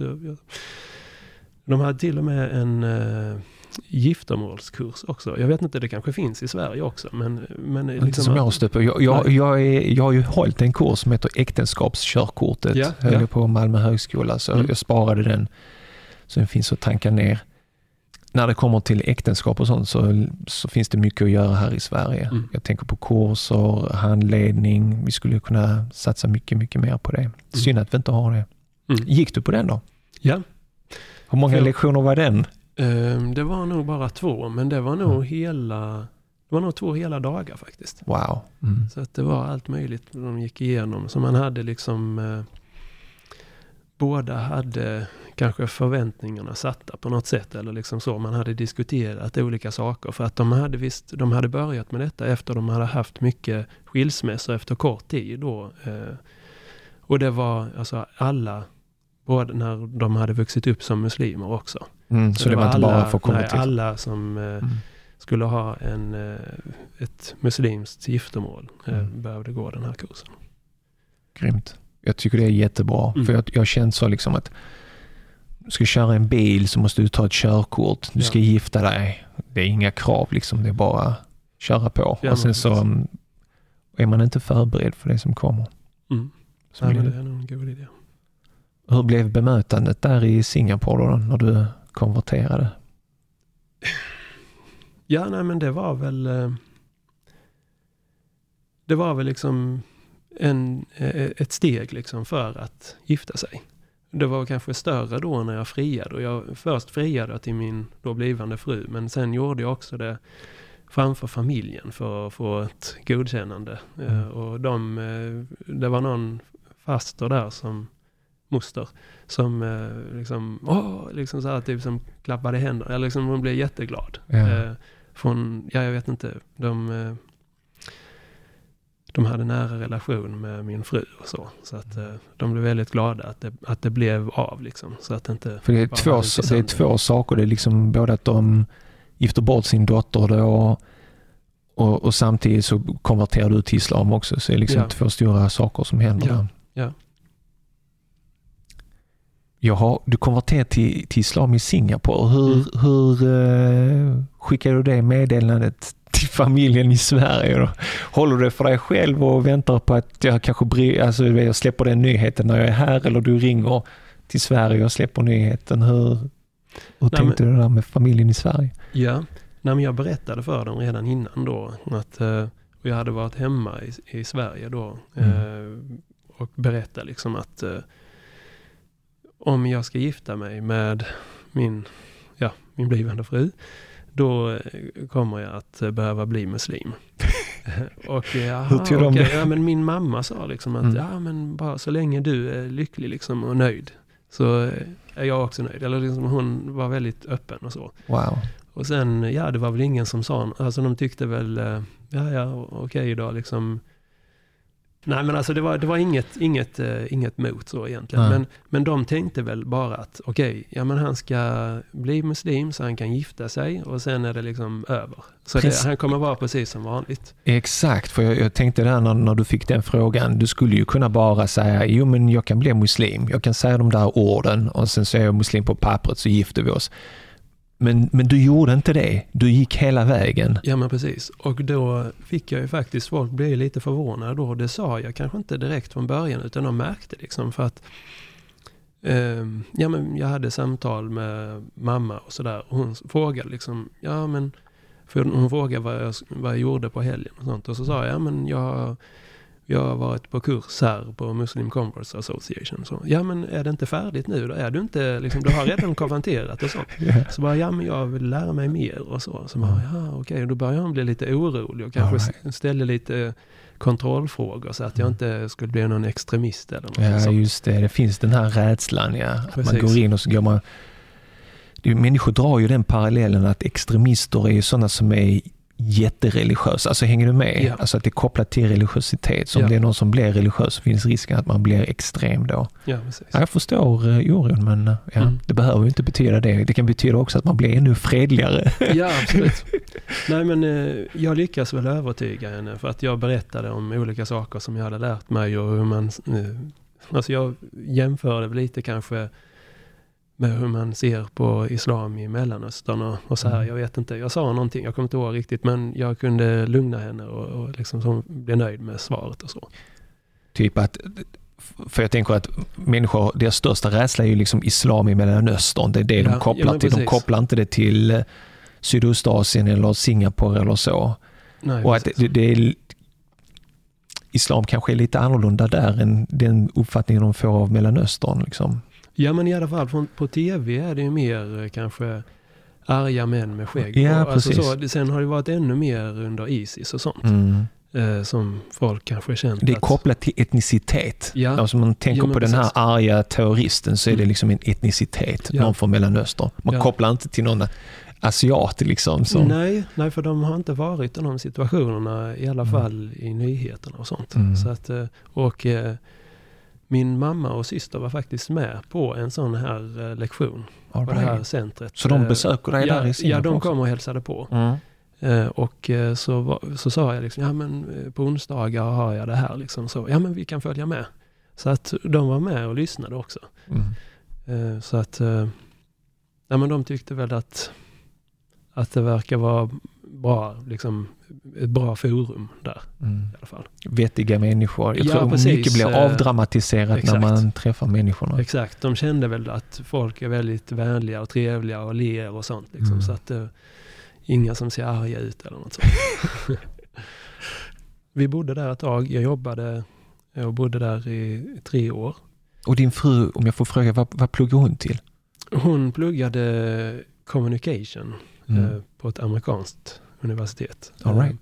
de hade till och med en giftermålskurs också. Jag vet inte, det kanske finns i Sverige också, men inte liksom som jag stöper. Jag har ju hållit en kurs som heter äktenskapskörkortet på Malmö högskola, så jag sparade den så den finns att tanka ner. När det kommer till äktenskap och sånt så finns det mycket att göra här i Sverige. Jag tänker på kurser, handledning. Vi skulle kunna satsa mycket, mycket mer på det. Synd att vi inte har det. Gick du på den då? Ja. Hur många lektioner var den? Det var nog bara 2, men det var nog 2 hela dagar faktiskt. Wow. Så att det var allt möjligt de gick igenom. Så man hade liksom båda hade kanske förväntningarna satta på något sätt, eller liksom så. Man hade diskuterat olika saker, för att de hade börjat med detta efter de hade haft mycket skilsmässor efter kort tid då. Och det var alltså alla, både när de hade vuxit upp som muslimer också. Så det var inte bara för konvertiter? Alla som skulle ha ett muslimskt giftermål behövde gå den här kursen. Grymt. Jag tycker det är jättebra. För jag har känt så liksom att du ska köra en bil så måste du ta ett körkort. Du ska gifta dig. Det är inga krav liksom. Det är bara köra på. Och sen så är man inte förberedd för det som kommer. Så det är nog en god idé. Hur blev bemötandet där i Singapore då, när du konverterade? Ja, nej, men det var väl liksom ett steg liksom för att gifta sig. Det var kanske större då när jag friade. Och jag först friade till min då blivande fru, men sen gjorde jag också det framför familjen för att få ett godkännande. Och det var någon faster där moster som liksom så här typ som klappade händer, eller liksom hon blev jätteglad. Jag vet inte, de hade nära relation med min fru och så att de blev väldigt glada att det blev av liksom, så att inte. För det är två saker, det är liksom både att de gifter bort sin dotter då, och samtidigt så konverterar du till islam också, så det är liksom 2 stora saker som händer. Du konverterade till islam i Singapore. Hur skickar du det meddelandet till familjen i Sverige då? Håller du det för dig själv och väntar på att jag kanske jag släpper den nyheten när jag är här, eller du ringer till Sverige och släpper nyheten? Hur tänkte du där med familjen i Sverige? Ja, men jag berättade för dem redan innan då att och jag hade varit hemma i Sverige då och berättade liksom att om jag ska gifta mig med min blivande fru, då kommer jag att behöva bli muslim. Och hur tog de det? Ja, men min mamma sa liksom att ja, men bara så länge du är lycklig liksom och nöjd så är jag också nöjd. Eller liksom, hon var väldigt öppen och så. Wow. Och sen, det var väl ingen som sa, alltså de tyckte väl, okej då liksom. Nej, men alltså det var inget mot så egentligen. Men de tänkte väl bara att men han ska bli muslim så han kan gifta sig och sen är det liksom över. Så han kommer vara precis som vanligt. Exakt, för jag tänkte där när du fick den frågan, du skulle ju kunna bara säga, jo men jag kan bli muslim, jag kan säga de där orden och sen så är jag muslim på pappret så gifter vi oss. Men du gjorde inte det. Du gick hela vägen. Ja, men precis. Och då fick jag ju faktiskt, folk blev lite förvånade då. Det sa jag kanske inte direkt från början utan de märkte liksom för att men jag hade samtal med mamma och sådär och hon frågade liksom, för hon frågade vad jag gjorde på helgen och sånt. Och så sa jag, men jag har varit på kurs här på Muslim Converts Association. Så, men är det inte färdigt nu? Då är du inte, liksom, du har redan konverterat och sånt. Yeah. Så bara, men jag vill lära mig mer och så. Så bara, okej. Då började han bli lite orolig och kanske ställde lite kontrollfrågor så att jag inte skulle bli någon extremist eller något. Ja, just det. Det finns den här rädslan, att man går in och så går man... Människor drar ju den parallellen att extremister är ju sådana som är jättereligiös. Alltså hänger du med? Ja. Alltså att det är kopplat till religiositet. Så om det är någon som blir religiös så finns risken att man blir extrem då. Ja, precis. Jag förstår oron, men det behöver ju inte betyda det. Det kan betyda också att man blir ännu fredligare. Ja, absolut. Nej, men jag lyckas väl övertyga henne för att jag berättade om olika saker som jag hade lärt mig och hur man... Alltså jag jämförde väl lite kanske med hur man ser på islam i Mellanöstern och så här, jag vet inte, jag sa någonting, jag kommer inte ihåg riktigt, men jag kunde lugna henne och liksom så bli nöjd med svaret och så. Typ att, för jag tänker att människor, deras största rädsla är ju liksom islam i Mellanöstern, det är det de kopplar till, de kopplar inte det till Sydostasien eller Singapore eller så. Nej, och att det är islam kanske är lite annorlunda där än den uppfattningen de får av Mellanöstern liksom. Ja, men i alla fall på tv är det ju mer kanske arga män med skägg. Ja, precis. Alltså så, sen har det varit ännu mer under ISIS och sånt. Som folk kanske känt. Det är kopplat till etnicitet. Ja. Alltså man tänker på den här arga terroristen så är det liksom en etnicitet. Någon från Mellanöstern. Man kopplar inte till någon asiat liksom. Som... Nej, för de har inte varit i de situationerna i alla fall i nyheterna och sånt. Så att, min mamma och syster var faktiskt med på en sån här lektion på det här centret. Så de besöker dig där i Singapore? Ja, de kom och hälsade på. Och så sa jag liksom, men på onsdagar har jag det här liksom. Så, men vi kan följa med. Så att de var med och lyssnade också. Så att men de tyckte väl att det verkar vara bra, liksom ett bra forum där i alla fall. Vettiga människor. Jag tror mycket blir avdramatiserat när man träffar människorna. Exakt, de kände väl att folk är väldigt vänliga och trevliga och ler och sånt liksom, så att inga som ser arga ut eller något sånt. Vi bodde där ett tag, jag bodde där i 3 år. Och din fru, om jag får fråga, vad pluggar hon till? Hon pluggade communication på ett amerikanskt universitet. All right.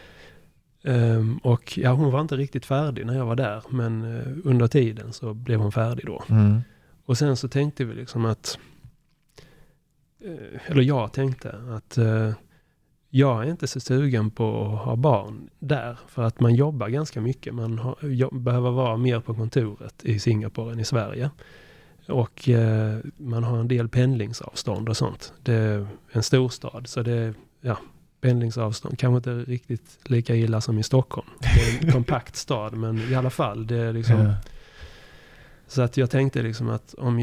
Och hon var inte riktigt färdig när jag var där, men under tiden så blev hon färdig då. Och sen så tänkte vi liksom att eller jag tänkte att jag är inte så sugen på att ha barn där, för att man jobbar ganska mycket. Man behöver vara mer på kontoret i Singapore än i Sverige. Och man har en del pendlingsavstånd och sånt. Det är en storstad, så det pendlingsavstånd kanske inte riktigt lika illa som i Stockholm. Det är en kompakt stad, men i alla fall det är liksom så att jag tänkte liksom att om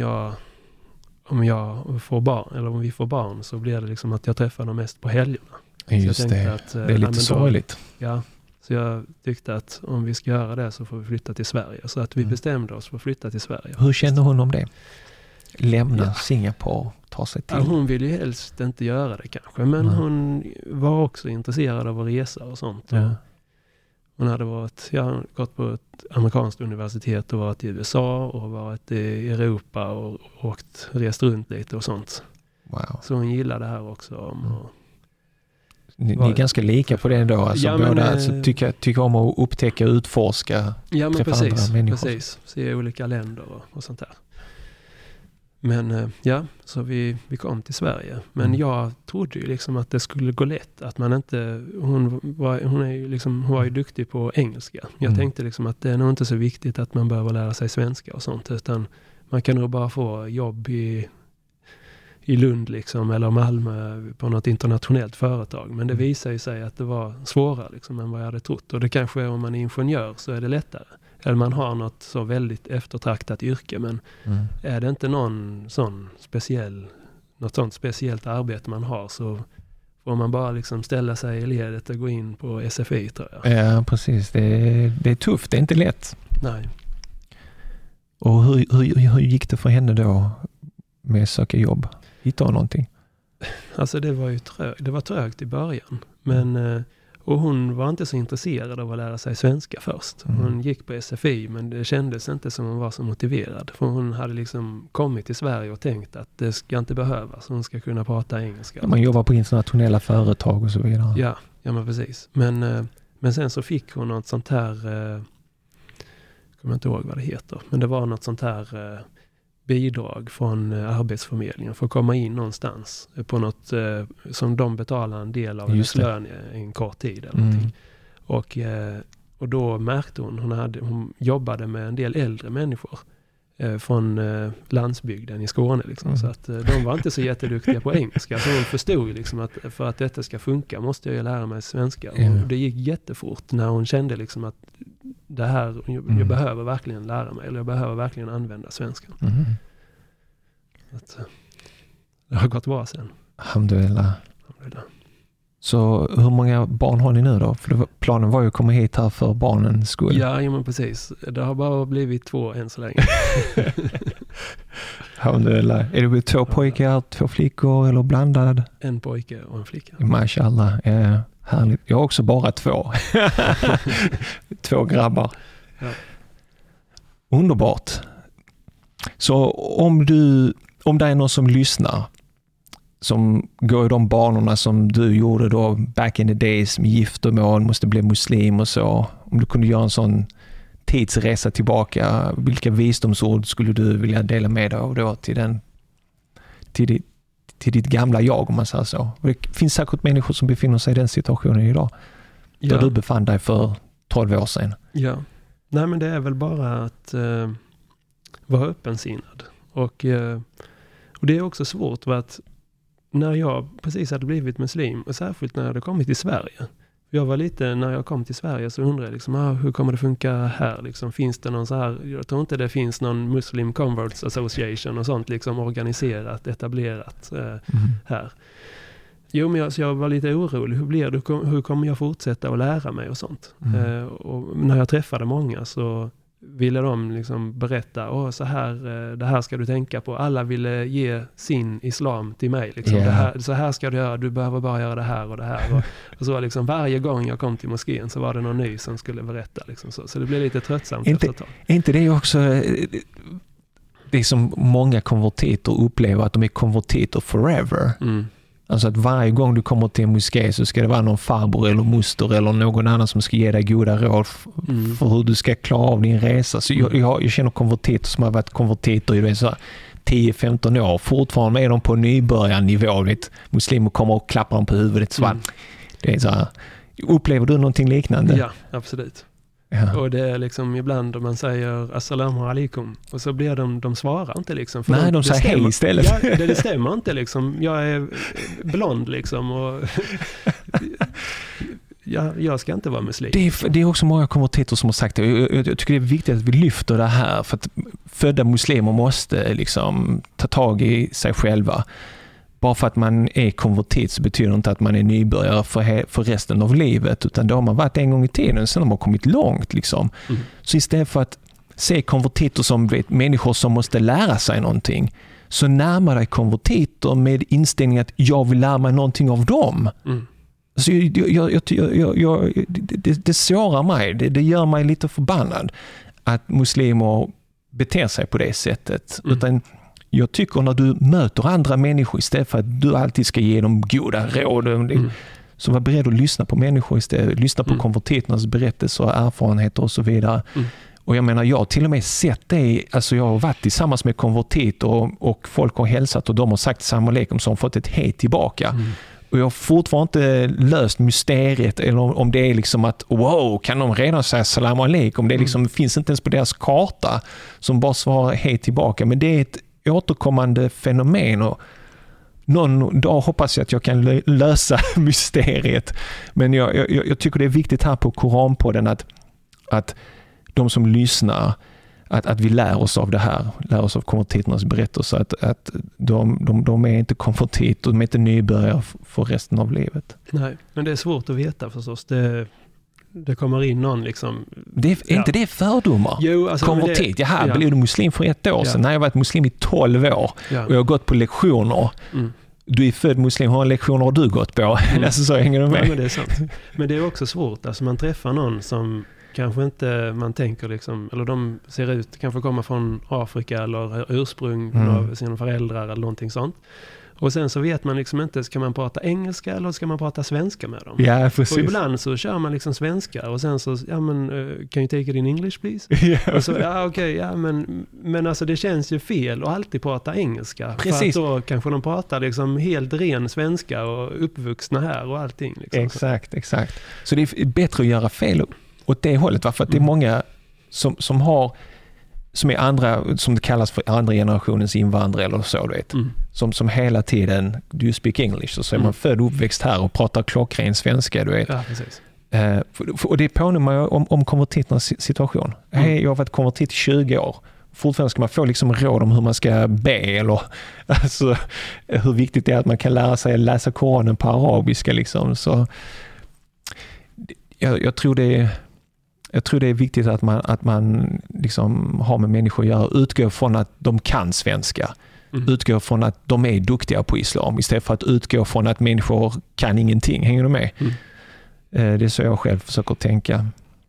jag får barn, eller om vi får barn, så blir det liksom att jag träffar dem mest på helgerna. Just det. Att, det är lite sorgligt. Ja, så jag tyckte att om vi ska göra det så får vi flytta till Sverige. Så att vi bestämde oss för att flytta till Sverige. Hur kände hon om det? Lämna Singapore, ta sig till? Ja, hon ville ju helst inte göra det kanske. Men hon var också intresserad av att resa och sånt. Ja. Och hon hade gått på ett amerikanskt universitet och varit i USA och varit i Europa och rest runt lite och sånt. Wow. Så hon gillade det här också. Ni är ganska lika på det ändå. Alltså, ja, båda alltså, tycker om att upptäcka och utforska. Ja, men precis. Människor. Se olika länder och sånt där. Men så vi kom till Sverige. Men jag trodde ju liksom att det skulle gå lätt. Att man inte... Hon var ju duktig på engelska. Jag tänkte liksom att det är nog inte så viktigt att man behöver lära sig svenska och sånt. Utan man kan nog bara få jobb i Lund liksom, eller Malmö på något internationellt företag. Men det visar ju sig att det var svårare liksom, än vad jag hade trott. Och det kanske om man är ingenjör så är det lättare. Eller man har något så väldigt eftertraktat yrke. Men är det inte något sånt speciellt arbete man har, så får man bara liksom ställa sig i ledet och gå in på SFI, tror jag. Ja, precis. Det är tufft. Det är inte lätt. Nej. Och hur gick det för henne då med att söka jobb? Hittade hon någonting? Alltså det var trögt i början. Men, och hon var inte så intresserad av att lära sig svenska först. Hon gick på SFI, men det kändes inte som hon var så motiverad. För hon hade liksom kommit till Sverige och tänkt att det ska inte behövas. Hon ska kunna prata engelska. Man jobbar på internationella företag och så vidare. Ja, men precis. Men sen så fick hon något sånt här... jag kommer inte ihåg vad det heter. Men det var något sånt här... bidrag från Arbetsförmedlingen för att komma in någonstans på något som de betalar en del av hennes lön i en kort tid eller någonting. Och då märkte hon jobbade med en del äldre människor från landsbygden i Skåne liksom, så att de var inte så jätteduktiga på engelska, så hon förstod ju liksom att för att detta ska funka måste jag ju lära mig svenska, och det gick jättefort när hon kände liksom att det här, jag behöver verkligen lära mig, eller jag behöver verkligen använda svenskan. Att, det har gått bra sen. Alhamdulillah. Så hur många barn har ni nu då? För planen var ju att komma hit här för barnens skull. Ja, men precis. Det har bara blivit 2 än så länge. Alhamdulillah. Är det 2 pojkar, 2 flickor eller blandad? 1 pojke och 1 flicka. Mashallah. Härligt. Jag har också bara 2. 2 grabbar. Ja. Underbart. Så om det är någon som lyssnar som går i de banorna som du gjorde då back in the days med giftermål, måste bli muslim och så. Om du kunde göra en sån tidsresa tillbaka, vilka visdomsord skulle du vilja dela med dig av då till ditt gamla jag, om man säger så? Och det finns säkert människor som befinner sig i den situationen idag. Där du befann dig för 12 år sedan. Ja. Nej, men det är väl bara att vara öppensinnad. Och det är också svårt för att när jag precis hade blivit muslim, och särskilt när jag hade kommit till Sverige. Jag var lite, när jag kom till Sverige så undrade jag liksom, hur kommer det funka här? Liksom, finns det någon så här, jag tror inte det finns någon Muslim Converts Association och sånt liksom organiserat, etablerat här. Jo, men jag var lite orolig. Hur kommer jag fortsätta att lära mig och sånt? Och när jag träffade många så ville de liksom berätta, så här, det här ska du tänka på. Alla ville ge sin islam till mig. Liksom. Så här ska du göra, du behöver bara göra det här och det här. Och så liksom, varje gång jag kom till moskén så var det någon ny som skulle berätta. Liksom, så det blev lite tröttsamt efter ett tag. Inte det också det som många konvertiter upplever, att de är konvertiter forever. Alltså att varje gång du kommer till en moské så ska det vara någon farbror eller moster eller någon annan som ska ge dig goda råd för hur du ska klara av din resa. Så jag känner konvertiter som har varit konvertiter i 10-15 år. Fortfarande är de på nybörjarnivå. Muslimer kommer och klappar dem på huvudet. Så det är så här. Upplever du någonting liknande? Ja, absolut. Ja. Och det är liksom ibland om man säger assalamu alaikum och så blir de svarar inte liksom. För nej, de säger hej istället. Ja, det stämmer inte liksom. Jag är blond liksom och jag ska inte vara muslim. Det är också många konvertiter som har sagt det. Jag tycker det är viktigt att vi lyfter det här, för att födda muslimer måste liksom ta tag i sig själva. Bara för att man är konvertit så betyder det inte att man är nybörjare för resten av livet, utan då har man varit en gång i tiden, sen har man kommit långt liksom. Så istället för att se konvertiter som människor som måste lära sig någonting, så närmar dig konvertiter med inställningen att jag vill lära mig någonting av dem. Så det sårar mig, det gör mig lite förbannad att muslimer beter sig på det sättet. Utan jag tycker när du möter andra människor, istället för att du alltid ska ge dem goda råd, Så var beredd att lyssna på människor istället. Lyssna på konvertiternas berättelser och erfarenheter och så vidare. Och jag menar, jag har till och med sett det. Alltså jag har varit tillsammans med konvertiter och folk har hälsat och de har sagt samma lekom som fått ett hej tillbaka. Och jag har fortfarande inte löst mysteriet eller om det är liksom att wow, kan de redan säga salam alaikum? Det är liksom, finns inte ens på deras karta som bara svarar hej tillbaka. Men det är ett återkommande fenomen och någon dag hoppas jag att jag kan lösa mysteriet. Men jag tycker det är viktigt här på Koranpodden att de som lyssnar, att vi lär oss av det här, lär oss av konvertiternas berättelser, att de är inte konvertiter, de är inte nybörjare för resten av livet. Nej, men det är svårt att veta förstås. Det kommer in någon liksom... Är inte det fördomar? Jo, alltså, konvertit, blev du muslim för 1 år sedan. Nej, jag har varit muslim i 12 år och jag har gått på lektioner. Du är född muslim, hur många lektioner har du gått på? Alltså, så hänger du med. Nej, men det är sant. Men det är också svårt, alltså man träffar någon som kanske inte man tänker liksom, eller de ser ut, kanske kommer från Afrika eller ursprung av sina föräldrar eller någonting sånt. Och sen så vet man liksom inte, ska man prata engelska eller ska man prata svenska med dem? Ja, precis. Och ibland så kör man liksom svenska och sen så, can you take it in English please? Och så, men alltså det känns ju fel att alltid prata engelska. Precis. För att då kanske de pratar liksom helt ren svenska och uppvuxna här och allting. Liksom. Exakt. Så det är bättre att göra fel åt det hållet, för att det är många som är andra, som det kallas för andra generationens invandrare eller så, du vet. Som hela tiden, do you speak English? Och så är man född och uppväxt här och pratar klockren svenska, du vet. Ja, precis. Och det påminner mig om konvertiternas situation. Jag har varit konvertit i 20 år. Fortfarande ska man få liksom råd om hur man ska be eller alltså, hur viktigt det är att man kan lära sig läsa Koranen på arabiska liksom. Så jag tror det är viktigt att man liksom har med människor att göra. Utgå från att de kan svenska. Utgå från att de är duktiga på islam istället för att utgå från att människor kan ingenting. Hänger du med? Det är så jag själv försöker tänka.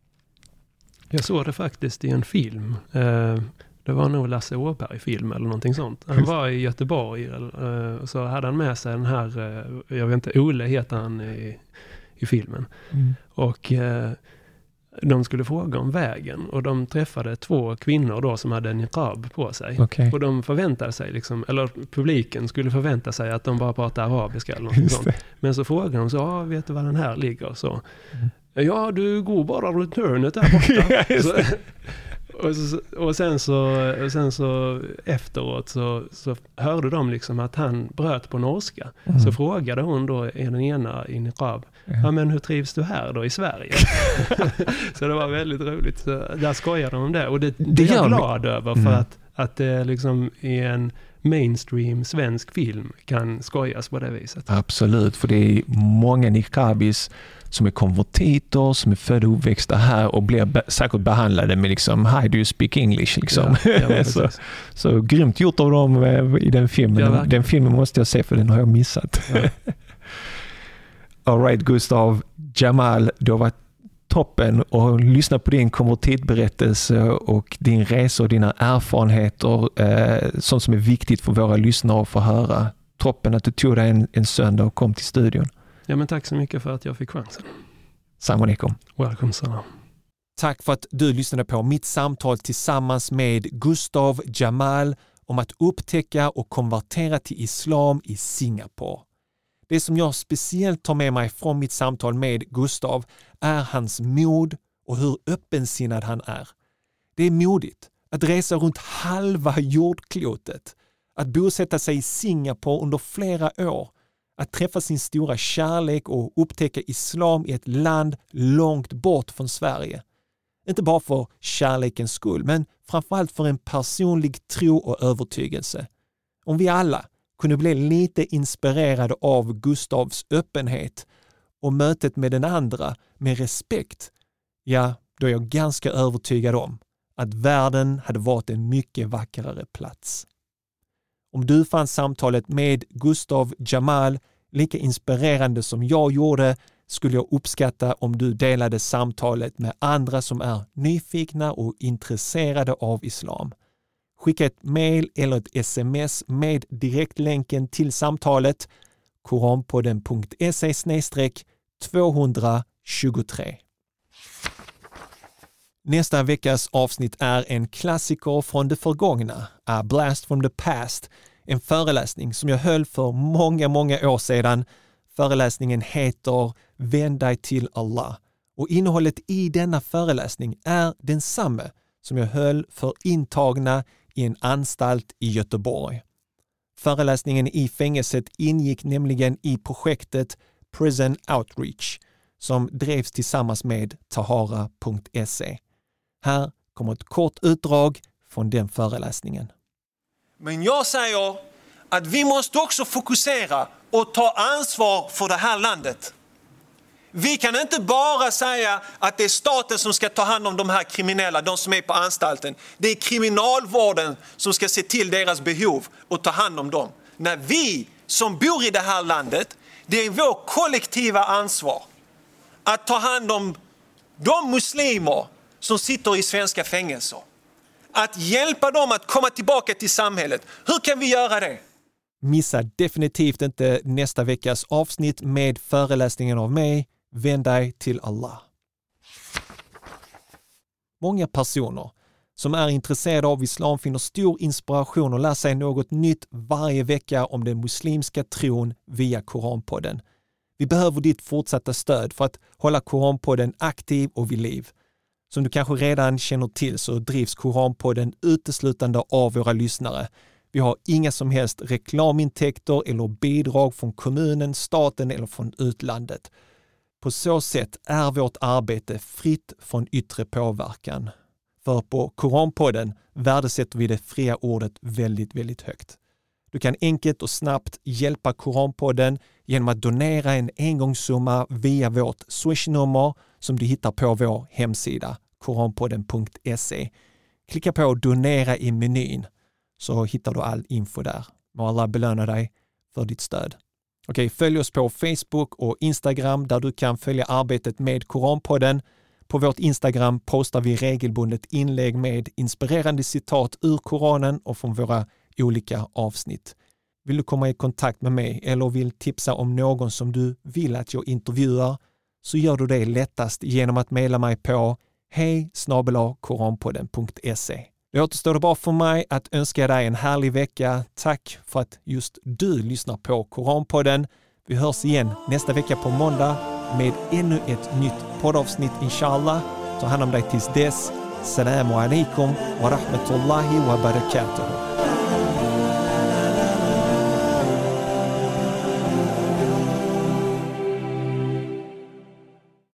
Jag såg det faktiskt i en film. Det var nog Lasse Åberg-film eller någonting sånt. Han var i Göteborg och så hade han med sig den här, jag vet inte, Ole heter han i filmen. Och de skulle fråga om vägen och de träffade 2 kvinnor då som hade en niqab på sig. Okay. Och de förväntade sig liksom, eller publiken skulle förvänta sig att de bara pratar arabiska eller något sånt. Men så frågade de så, vet du var den här ligger? Så, ja, du går bara runt hörnet där borta. Och sen så efteråt så hörde de liksom att han bröt på norska. Så frågade hon då den ena i niqab, men hur trivs du här då i Sverige? Så det var väldigt roligt. Så där skojade de om det. Och det är jag glad över för att det liksom i en mainstream svensk film kan skojas på det viset. Absolut, för det är många niqabis som är konvertiter, som är födda och uppväxta här och blir säkert behandlade med liksom, hi, do you speak English? Liksom. Ja, så grymt gjort av dem i den filmen. Ja, den filmen måste jag se för den har jag missat. Ja. All right, Gustav, Jamal, du har varit toppen och lyssna på din konvertitberättelse och din resa och dina erfarenheter, sånt som är viktigt för våra lyssnare att få höra. Toppen att du tog dig en söndag och kom till studion. Ja, men tack så mycket för att jag fick chansen. Salam alaikum. Welcome, salam. Tack för att du lyssnade på mitt samtal tillsammans med Gustav Jamal om att upptäcka och konvertera till islam i Singapore. Det som jag speciellt tar med mig från mitt samtal med Gustav är hans mod och hur öppensinnad han är. Det är modigt att resa runt halva jordklotet, att bosätta sig i Singapore under flera år, att träffa sin stora kärlek och upptäcka islam i ett land långt bort från Sverige. Inte bara för kärlekens skull, men framförallt för en personlig tro och övertygelse. Om vi alla kunde bli lite inspirerade av Gustavs öppenhet och mötet med den andra med respekt, ja, då är jag ganska övertygad om att världen hade varit en mycket vackrare plats. Om du fann samtalet med Gustav Jamal lika inspirerande som jag gjorde, skulle jag uppskatta om du delade samtalet med andra som är nyfikna och intresserade av islam. Skicka ett mejl eller ett sms med direktlänken till samtalet koranpodden.se/ 223. Nästa veckas avsnitt är en klassiker från det förgångna, A Blast from the Past, en föreläsning som jag höll för många år sedan. Föreläsningen heter Vänd dig till Allah och innehållet i denna föreläsning är densamma som jag höll för intagna i en anstalt i Göteborg. Föreläsningen i fängelset ingick nämligen i projektet Prison Outreach som drevs tillsammans med Tahara.se. Här kommer ett kort utdrag från den föreläsningen. Men jag säger att vi måste också fokusera och ta ansvar för det här landet. Vi kan inte bara säga att det är staten som ska ta hand om de här kriminella, de som är på anstalten. Det är kriminalvården som ska se till deras behov och ta hand om dem. När vi som bor i det här landet, det är vår kollektiva ansvar att ta hand om de muslimer som sitter i svenska fängelser. Att hjälpa dem att komma tillbaka till samhället. Hur kan vi göra det? Missa definitivt inte nästa veckas avsnitt med föreläsningen av mig, Vänd dig till Allah. Många personer som är intresserade av islam finner stor inspiration och lär sig något nytt varje vecka om den muslimska tron via Koranpodden. Vi behöver ditt fortsatta stöd för att hålla Koranpodden aktiv och vid liv. Som du kanske redan känner till så drivs Koranpodden uteslutande av våra lyssnare. Vi har inga som helst reklamintäkter eller bidrag från kommunen, staten eller från utlandet. På så sätt är vårt arbete fritt från yttre påverkan. För på Koranpodden värdesätter vi det fria ordet väldigt högt. Du kan enkelt och snabbt hjälpa Koranpodden genom att donera en engångssumma via vårt Swish-nummer som du hittar på vår hemsida koranpodden.se. Klicka på donera i menyn så hittar du all info där. Må Allah belöna dig för ditt stöd. Okej, följ oss på Facebook och Instagram där du kan följa arbetet med Koranpodden. På vårt Instagram postar vi regelbundet inlägg med inspirerande citat ur Koranen och från våra olika avsnitt. Vill du komma i kontakt med mig eller vill tipsa om någon som du vill att jag intervjuar så gör du det lättast genom att mejla mig på hej@koranpodden.se. Det återstår bara för mig att önska dig en härlig vecka. Tack för att just du lyssnar på Koranpodden. Vi hörs igen nästa vecka på måndag med ännu ett nytt poddavsnitt inshallah. Ta hand om dig tills dess. Assalamu alaikum wa rahmatullahi wa barakatuh.